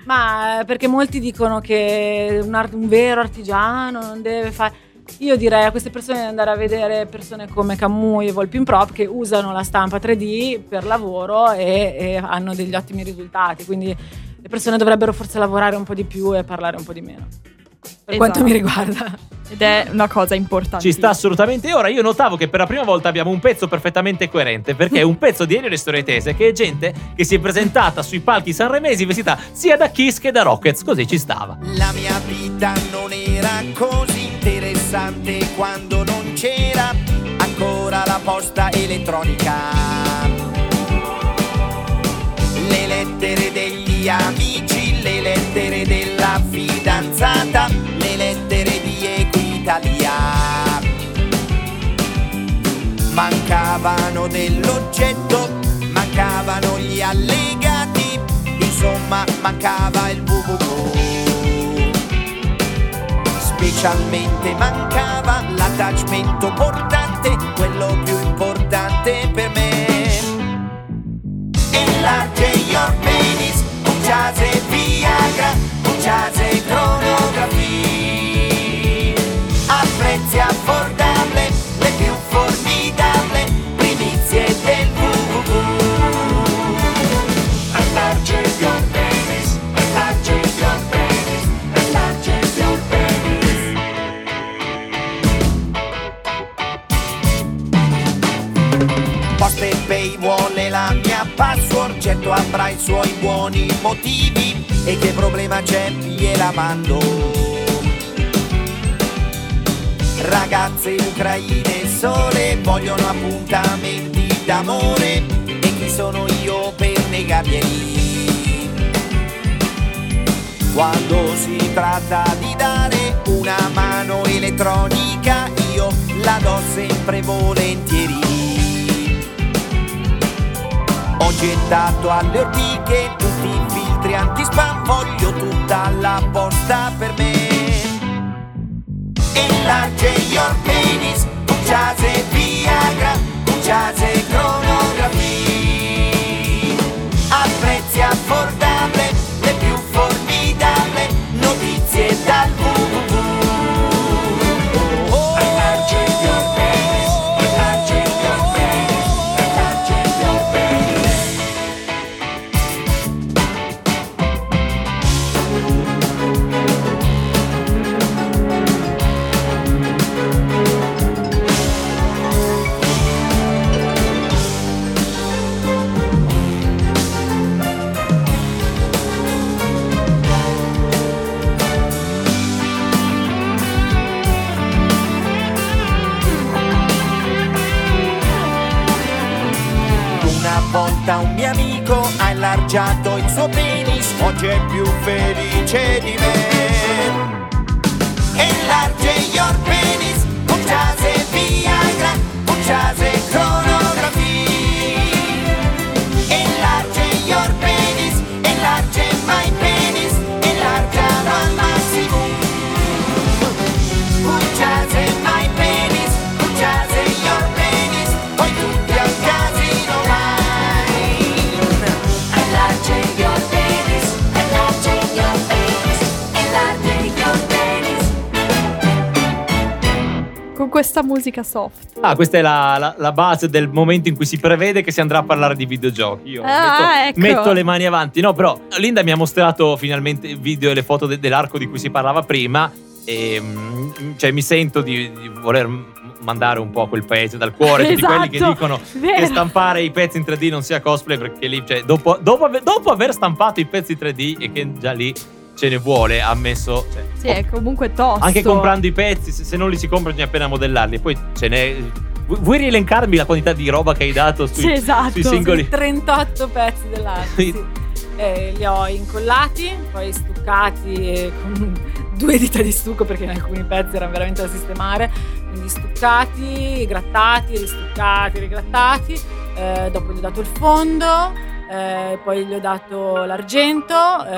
Ma eh, perché molti dicono che un, art- un vero artigiano non deve fare. Io direi a queste persone di andare a vedere persone come Kamui e Volpin Prop che usano la stampa tre D per lavoro e, e hanno degli ottimi risultati. Quindi le persone dovrebbero forse lavorare un po' di più e parlare un po' di meno. Per Esatto. quanto mi riguarda. Ed è una cosa importante. Ci sta assolutamente. E ora io notavo che per la prima volta abbiamo un pezzo perfettamente coerente, perché è un pezzo di Elio e le Storie Tese, che è gente che si è presentata sui palchi sanremesi vestita sia da Kiss che da Rockets, così ci stava. La mia vita non era così interessante quando non c'era ancora la posta elettronica. Le lettere degli amici, le lettere della fidanzata, le lettere di Equitalia. Mancavano dell'oggetto, mancavano gli allegati, insomma mancava il www. Specialmente mancava l'attachmento portante, quello più importante per me. Enlarge your penis, punciase Viagra, punciase cronografie. A prezzi affordabili, le più formidabili primizie del www. Enlarge your penis, enlarge your penis, enlarge your penis. Poste Pay vuole la mia password, certo avrà i suoi buoni motivi. E che problema c'è? Gliela mando. Ragazze ucraine sole vogliono appuntamenti d'amore, e chi sono io per negarglieli? Quando si tratta di dare una mano elettronica, io la do sempre volentieri. Ho gettato alle ortiche tutti i filtri anti-spam, voglio tutta la posta per me. Enlarge your penis, punciase Viagra, punciase cronografie. A volta un mio amico ha allargato il suo penis, oggi è più felice di me. Enlarge your penis, pucciase Viagra, pucciase cronografia. Enlarge your penis, enlarge my penis, enlargialo al massimo. Pucciase my penis, pucciase your penis, poi tutti al casino online. Enlarge your penis, enlarge your penis, enlarge your penis. Con questa musica soft. Ah, questa è la, la, la base del momento in cui si prevede che si andrà a parlare di videogiochi. Io Ah, metto, ecco. metto le mani avanti. No, però Linda mi ha mostrato finalmente il video e le foto de- dell'arco di cui si parlava prima. E mm, cioè mi sento di, di voler m- mandare un po' quel pezzo dal cuore. Tutti quelli che Esatto, dicono vero. che stampare i pezzi in tre D non sia cosplay, perché lì, cioè, dopo, dopo, ave- dopo aver stampato i pezzi tre D e che già lì ce ne vuole, ha messo. Cioè, Sì, è comunque tosto. anche comprando i pezzi, se, se non li si compra bisogna appena modellarli. E poi ce n'è. Vu- Vuoi rielencarmi la quantità di roba che hai dato sui, Sì, esatto. sui singoli? trentotto pezzi dell'arte. Sì. Sì. Eh, li ho incollati, poi stuccati e con due dita di stucco perché in alcuni pezzi erano veramente da sistemare. Quindi stuccati, grattati, ristuccati, rigrattati. Eh, dopo gli ho dato il fondo, eh, poi gli ho dato l'argento,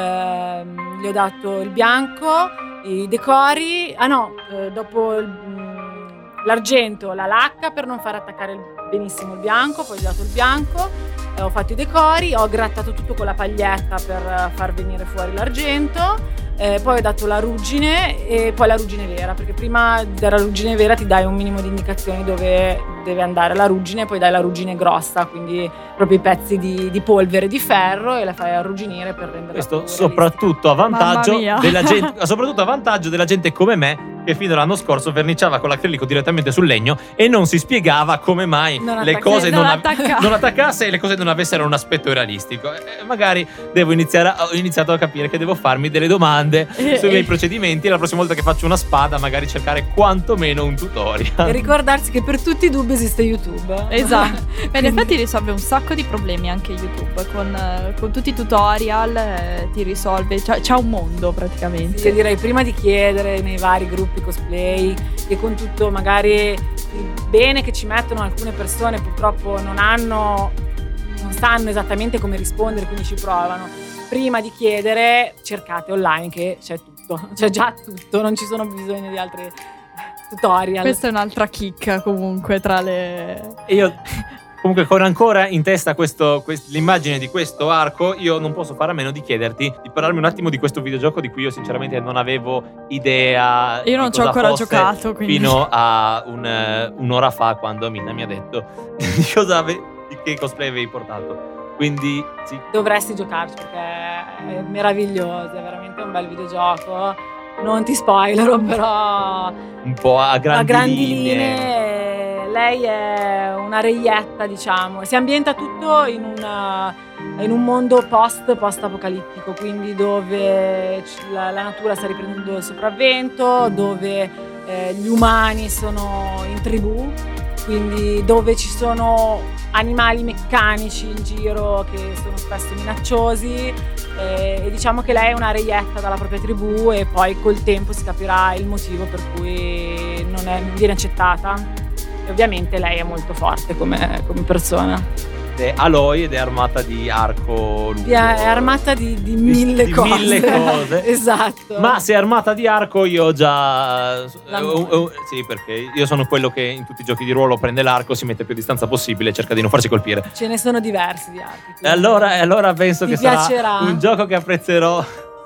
ehm, gli ho dato il bianco, i decori. Ah no, eh, dopo il, mm, l'argento, la lacca per non far attaccare il- benissimo il bianco, poi gli ho dato il bianco, eh, ho fatto i decori, ho grattato tutto con la paglietta per eh, far venire fuori l'argento. Eh, poi ho dato la ruggine e poi la ruggine vera, perché prima della ruggine vera ti dai un minimo di indicazioni dove deve andare la ruggine e poi dai la ruggine grossa, quindi proprio i pezzi di, di polvere di ferro, e la fai arrugginire per renderla Questo Ecco, più soprattutto a vantaggio Mamma mia. della gente, soprattutto a vantaggio della gente come me, che fino all'anno scorso verniciava con l'acrilico direttamente sul legno e non si spiegava come mai Non le attacca- cose non, non av- attacca- non attaccasse e le cose non avessero un aspetto realistico. E magari devo iniziare a- ho iniziato a capire che devo farmi delle domande Eh, sui miei eh. procedimenti, e la prossima volta che faccio una spada magari cercare quantomeno un E tutorial. ricordarsi che per tutti i dubbi esiste YouTube. Esatto. Beh, in effetti risolve un sacco di problemi anche YouTube. Con, eh, con tutti i tutorial eh, ti risolve. C'ha, c'ha un mondo praticamente. Sì, io direi prima di chiedere nei vari gruppi cosplay, e con tutto magari il bene che ci mettono alcune persone, purtroppo non hanno, non sanno esattamente come rispondere, quindi ci provano. Prima di chiedere cercate online che c'è tutto, c'è già tutto, non ci sono bisogno di altri tutorial. Questa è un'altra chicca comunque tra le. E io comunque con ancora in testa questo, quest- l'immagine di questo arco, io non posso fare a meno di chiederti di parlarmi un attimo di questo videogioco di cui io sinceramente non avevo idea. Io non di ci ho cosa ancora fosse giocato, quindi. fino a un, eh, un'ora fa, quando Amina mi ha detto di cosa ave- di che cosplay avevi portato. Quindi sì, Dovresti giocarci perché è meraviglioso, è veramente un bel videogioco. Non ti spoilerò, però un po' a grandi, a grandi linee. linee, lei è una reietta, diciamo. Si ambienta tutto in, una, in un mondo post post apocalittico, quindi dove c- la, la natura sta riprendendo il sopravvento, dove eh, gli umani sono in tribù, quindi dove ci sono animali meccanici in giro che sono spesso minacciosi, e, e diciamo che lei è una reietta dalla propria tribù, e poi col tempo si capirà il motivo per cui non, è, non viene accettata, e ovviamente lei è molto forte come, come persona. È Aloy ed è armata di arco lungo. È armata di, di mille di cose. mille cose. Esatto. Ma se è armata di arco, io ho già. L'amore. eh, eh, sì, perché io sono quello che in tutti i giochi di ruolo prende l'arco, si mette più a distanza possibile e cerca di non farsi colpire. Ce ne sono diversi di archi. E quindi allora, e allora penso ti che piacerà. sarà un gioco che apprezzerò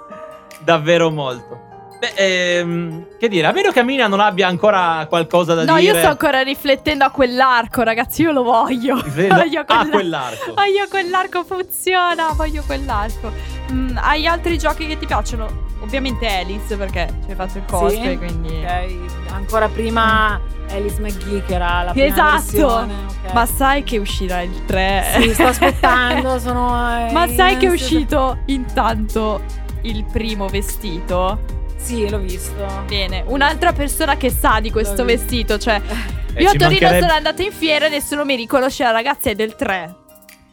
davvero molto. Beh, ehm, che dire, a meno che Amina non abbia ancora qualcosa da No, dire. io sto ancora riflettendo a quell'arco, ragazzi. Io lo voglio. Riflettendo voglio a quella- quell'arco. Voglio quell'arco, funziona. Voglio quell'arco. Mm, hai altri giochi che ti piacciono? Ovviamente Alice, perché ci hai fatto il cosplay, Sì, quindi. ok. Ancora prima Alice McGee, che era la prima Esatto. versione, ok. Ma sai che uscirà il tre? Sì, sto aspettando, sono eh, Ma sai che è in ansia- uscito intanto il primo vestito? Sì, l'ho visto. Bene, un'altra persona che sa di questo L'ho visto. vestito, cioè Eh, io a ci Torino mancherebbe- sono andata in fiera e nessuno mi riconosceva, ragazzi, è del tre.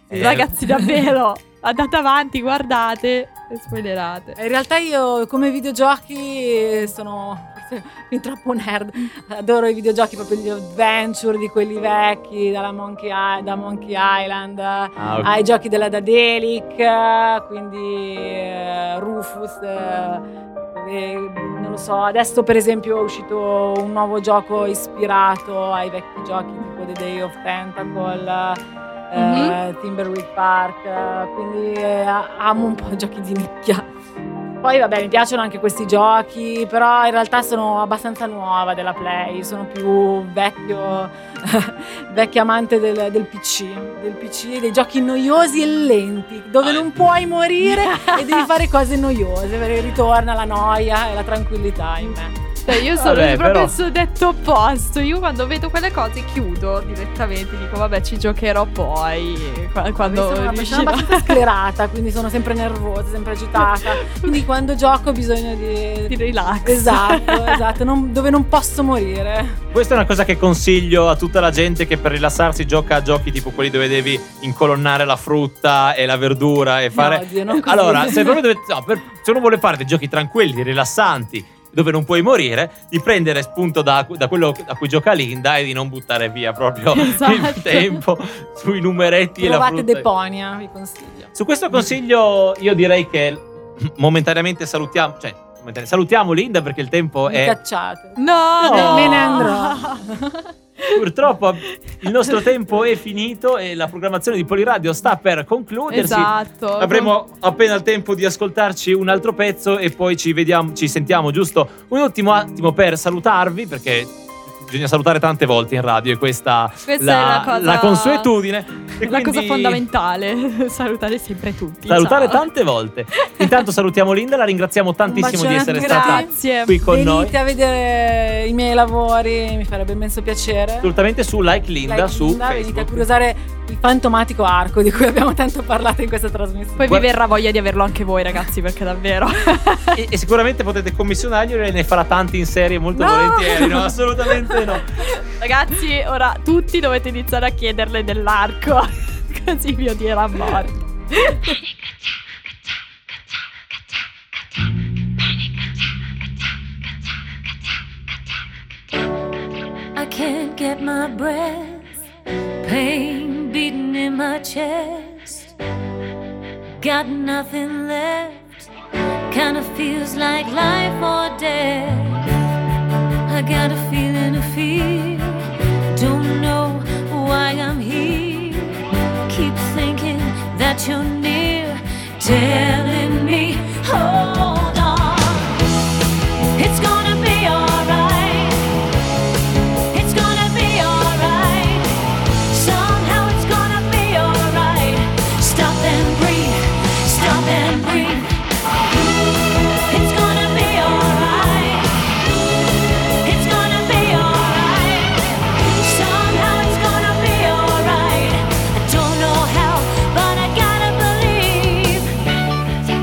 Eh, Ragazzi, davvero, andate avanti, guardate e spoilerate. In realtà io come videogiochi sono forse fin troppo nerd. Adoro i videogiochi, proprio gli adventure di quelli vecchi, dalla Monkey, I- da Monkey Island Ah, ok. ai giochi della Daedalic, quindi eh, Rufus. eh, e, non lo so, adesso per esempio è uscito un nuovo gioco ispirato ai vecchi giochi tipo The Day of Tentacle, eh, Mhm. Timberwick Park, eh, quindi eh, amo un po' i giochi di nicchia. Poi vabbè, mi piacciono anche questi giochi, però in realtà sono abbastanza nuova della Play, sono più vecchio, vecchio amante del, del P C, del P C, dei giochi noiosi e lenti, dove non puoi morire e devi fare cose noiose, perché ritorna la noia e la tranquillità in me. Cioè, io sono Vabbè, proprio però- il suddetto opposto. Io quando vedo quelle cose chiudo direttamente, dico vabbè, ci giocherò poi qua- quando Sono una persona riuscirò. abbastanza sclerata, quindi sono sempre nervosa, sempre agitata, quindi quando gioco ho bisogno di... Di relax. Esatto, esatto, non- dove non posso morire. Questa è una cosa che consiglio a tutta la gente che per rilassarsi gioca a giochi tipo quelli dove devi incolonnare la frutta e la verdura e fare. No, Dio, non così. Allora, se proprio dovete- no, per- se uno vuole fare dei giochi tranquilli, rilassanti, dove non puoi morire, di prendere spunto da, da quello a cui gioca Linda e di non buttare via proprio Esatto. il tempo sui numeretti e la Provate frutta. Deponia, vi consiglio. Su questo consiglio io direi che momentaneamente salutiamo, cioè momentaneamente salutiamo Linda perché il tempo Mi è cacciate. No! No. Me ne andrò. purtroppo il nostro tempo è finito e la programmazione di Poliradio sta per concludersi. Esatto. Avremo appena il tempo di ascoltarci un altro pezzo e poi ci vediamo, ci sentiamo giusto un ultimo attimo per salutarvi perché bisogna salutare tante volte in radio e questa, Questa la, è la cosa- la consuetudine. E La cosa quindi fondamentale, salutare sempre tutti. salutare ciao. tante volte. Intanto salutiamo Linda, la ringraziamo tantissimo di bacione a essere tutti. stata Grazie. qui con noi. Venite a vedere i miei lavori, mi farebbe immenso piacere. Assolutamente su Like Linda Like su Linda, venite a Facebook. curiosare il fantomatico arco di cui abbiamo tanto parlato in questa trasmissione. Poi Guarda- vi verrà voglia di averlo anche voi, ragazzi, perché davvero. E, e sicuramente potete commissionarglielo e ne farà tanti in serie molto No! volentieri. No, assolutamente no. Ragazzi, ora tutti dovete iniziare a chiederle dell'arco. Così vi odierà a morte. I can't get my breath, pain beating in my chest. Got nothing left, kinda feels like life or death. I got a feeling of fear, don't know why I'm here. Keep thinking that you're near, telling me, hold on, it's gonna be alright. It's gonna be alright. Somehow it's gonna be alright. Stop and breathe. Stop and breathe. It's gonna be alright. It's gonna be alright. Somehow it's gonna be alright. I don't know how, but I gotta believe.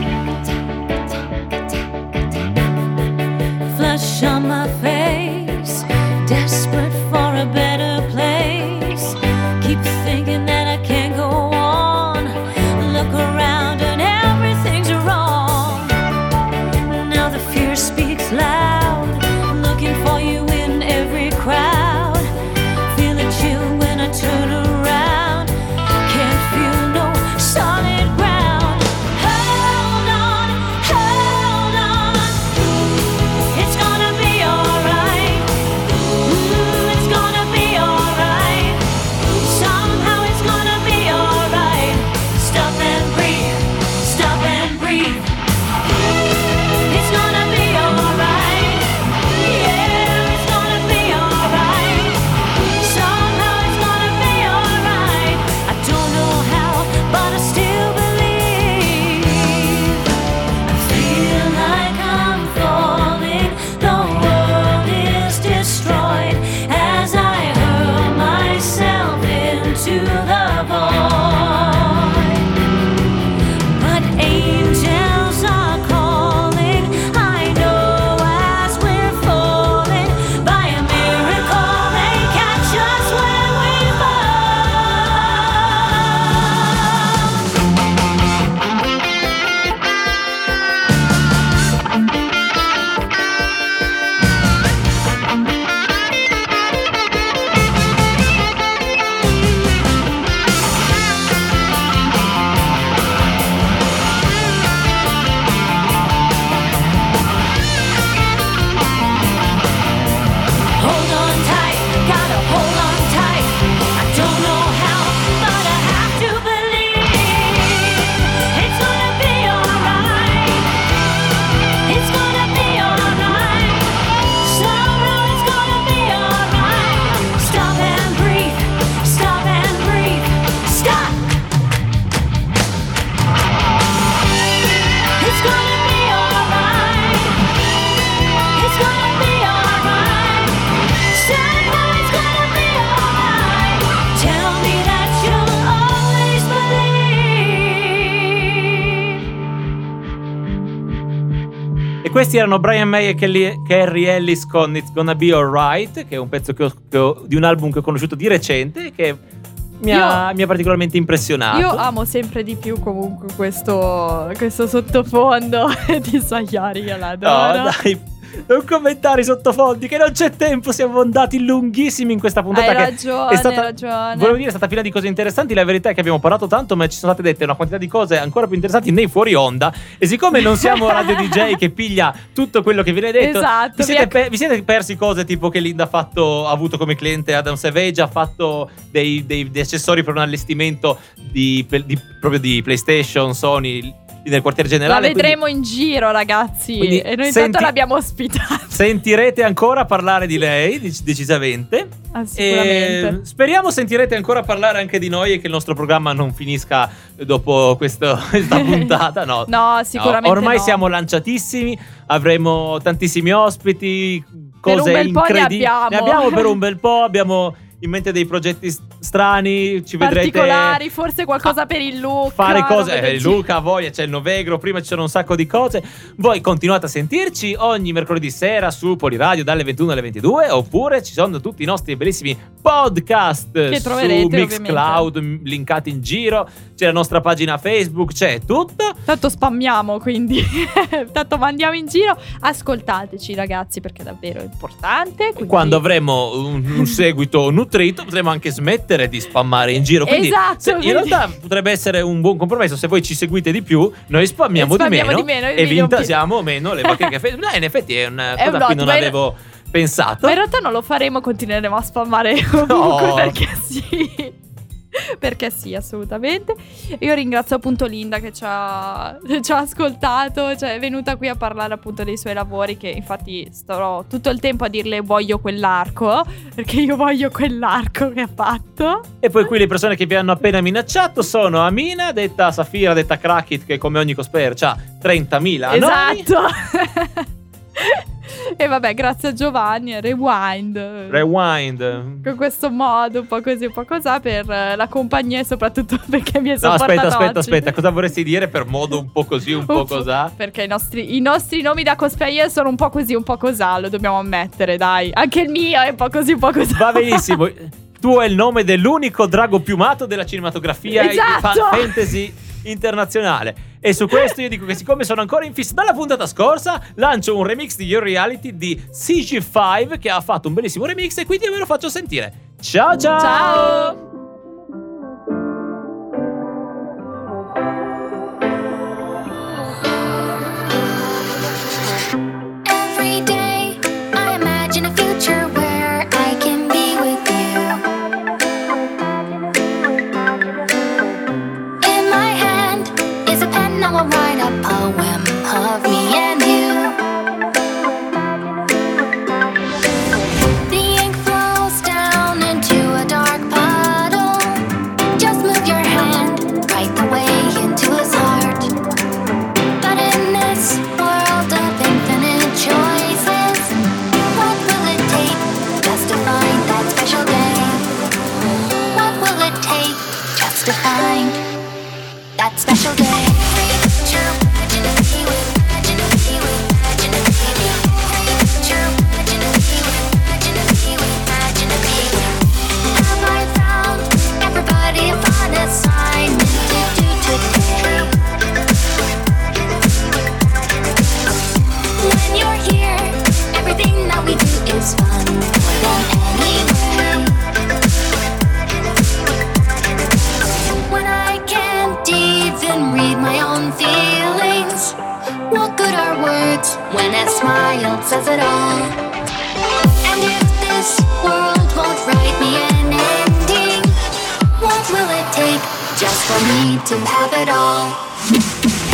questi erano Brian May e Kelly, Carrie Ellis con It's Gonna Be Alright, che è un pezzo che ho, che ho, di un album che ho conosciuto di recente, che mi ha, mi ha particolarmente impressionato. Io amo sempre di più comunque questo, questo sottofondo di Sayari, io l'adoro. No, dai, non commentare i sottofondi, che non c'è tempo, siamo andati lunghissimi in questa puntata. Hai che ragione, è stata, hai ragione. Volevo dire, è stata piena di cose interessanti. La verità è che abbiamo parlato tanto, ma ci sono state dette una quantità di cose ancora più interessanti nei fuori onda. E siccome non siamo Radio D J che piglia tutto quello che viene detto, Esatto, vi, siete vi- pe- vi siete persi cose tipo che Linda ha fatto, ha avuto come cliente Adam Savage, ha fatto dei, dei, dei accessori per un allestimento di, di, proprio di PlayStation, Sony nel quartier La generale. vedremo in giro, ragazzi. Quindi E noi senti- intanto l'abbiamo ospitata. Sentirete ancora parlare di lei, dec- decisamente. Ah, sicuramente. E speriamo sentirete ancora parlare anche di noi e che il nostro programma non finisca dopo questo- questa puntata. No, No, sicuramente ormai no. siamo lanciatissimi, avremo tantissimi ospiti, Per cose un bel po' ne incredibili. abbiamo. Ne abbiamo per un bel po', abbiamo in mente dei progetti s- strani, ci vedrete Particolari, forse qualcosa Ah, per il look. fare cose. robe del Eh, Luca, voglia, c'è il Novegro, prima ci sono un sacco di cose. Voi continuate a sentirci ogni mercoledì sera su Poliradio dalle ventuno alle ventidue, oppure ci sono tutti i nostri bellissimi podcast Che su troverete, Mixcloud, m- linkati in giro. C'è la nostra pagina Facebook, c'è tutto. Tanto spammiamo, quindi tanto mandiamo in giro. Ascoltateci, ragazzi, perché è davvero importante. Quindi... Quando avremo un, un seguito nutrito, potremo anche smettere di spammare in giro. Quindi, Esatto, se- in quindi- realtà potrebbe essere un buon compromesso. Se voi ci seguite di più, noi spammiamo, E spammiamo di di meno, meno, e vi quindi intasiamo meno le bacheche. fe- No, in effetti è una È cosa un a cui bot, non ma in- avevo pensato. Ma in realtà non lo faremo, continueremo a spammare ovunque No. perché sì. Perché sì, assolutamente. Io ringrazio appunto Linda che ci ha, ci ha ascoltato, cioè è venuta qui a parlare appunto dei suoi lavori, che infatti starò tutto il tempo a dirle voglio quell'arco, perché io voglio quell'arco che ha fatto. E poi qui le persone che vi hanno appena minacciato sono Amina, detta Safira, detta Krakit, che come ogni cosplayer ha trentamila anoni. Esatto. E vabbè, grazie a Giovanni, Rewind. Rewind. Con questo modo, un po' così, un po' così, per eh, la compagnia e soprattutto perché mi è No, sopportato aspetta, aspetta, oggi. aspetta. Cosa vorresti dire per modo un po' così, un po' Uff, cosà? Perché i nostri, i nostri nomi da cosplayer sono un po' così, un po' cosà, lo dobbiamo ammettere, dai. Anche il mio è un po' così, un po' cosà. Va benissimo. Tu hai il nome dell'unico drago piumato della cinematografia e di Esatto. fa- fantasy internazionale. E su questo io dico che siccome sono ancora in fissa dalla puntata scorsa, lancio un remix di Your Reality di C G cinque, che ha fatto un bellissimo remix, e quindi ve lo faccio sentire. Ciao ciao! Ciao! Every day I imagine a future where I can be with you. In my hand is a pen, I will write a poem of me and you. The ink flows down into a dark puddle. Just move your hand right the way into his heart. But in this world of infinite choices, what will it take just to find that special day? What will it take just to find that special day? Have I found everybody a fun assignment to do today? When you're here, everything that we do is fun more than anyway. When I can't even read my own feelings, what good are words when a smile says it all? And if this world won't write me an ending, what will it take just for me to have it all?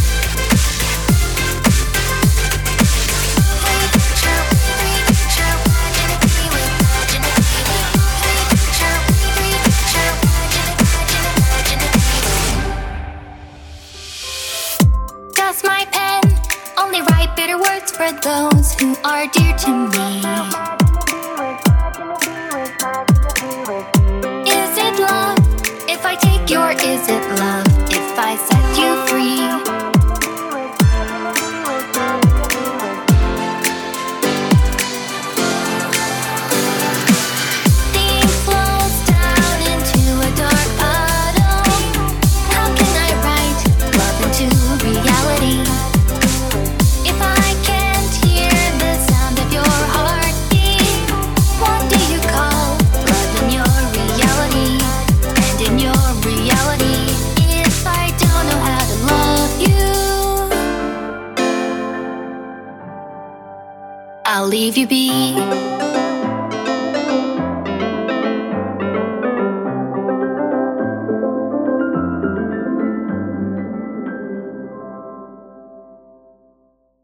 Show are dear to me. Is it love if I take your, is it love if I set you free? I'll leave you be.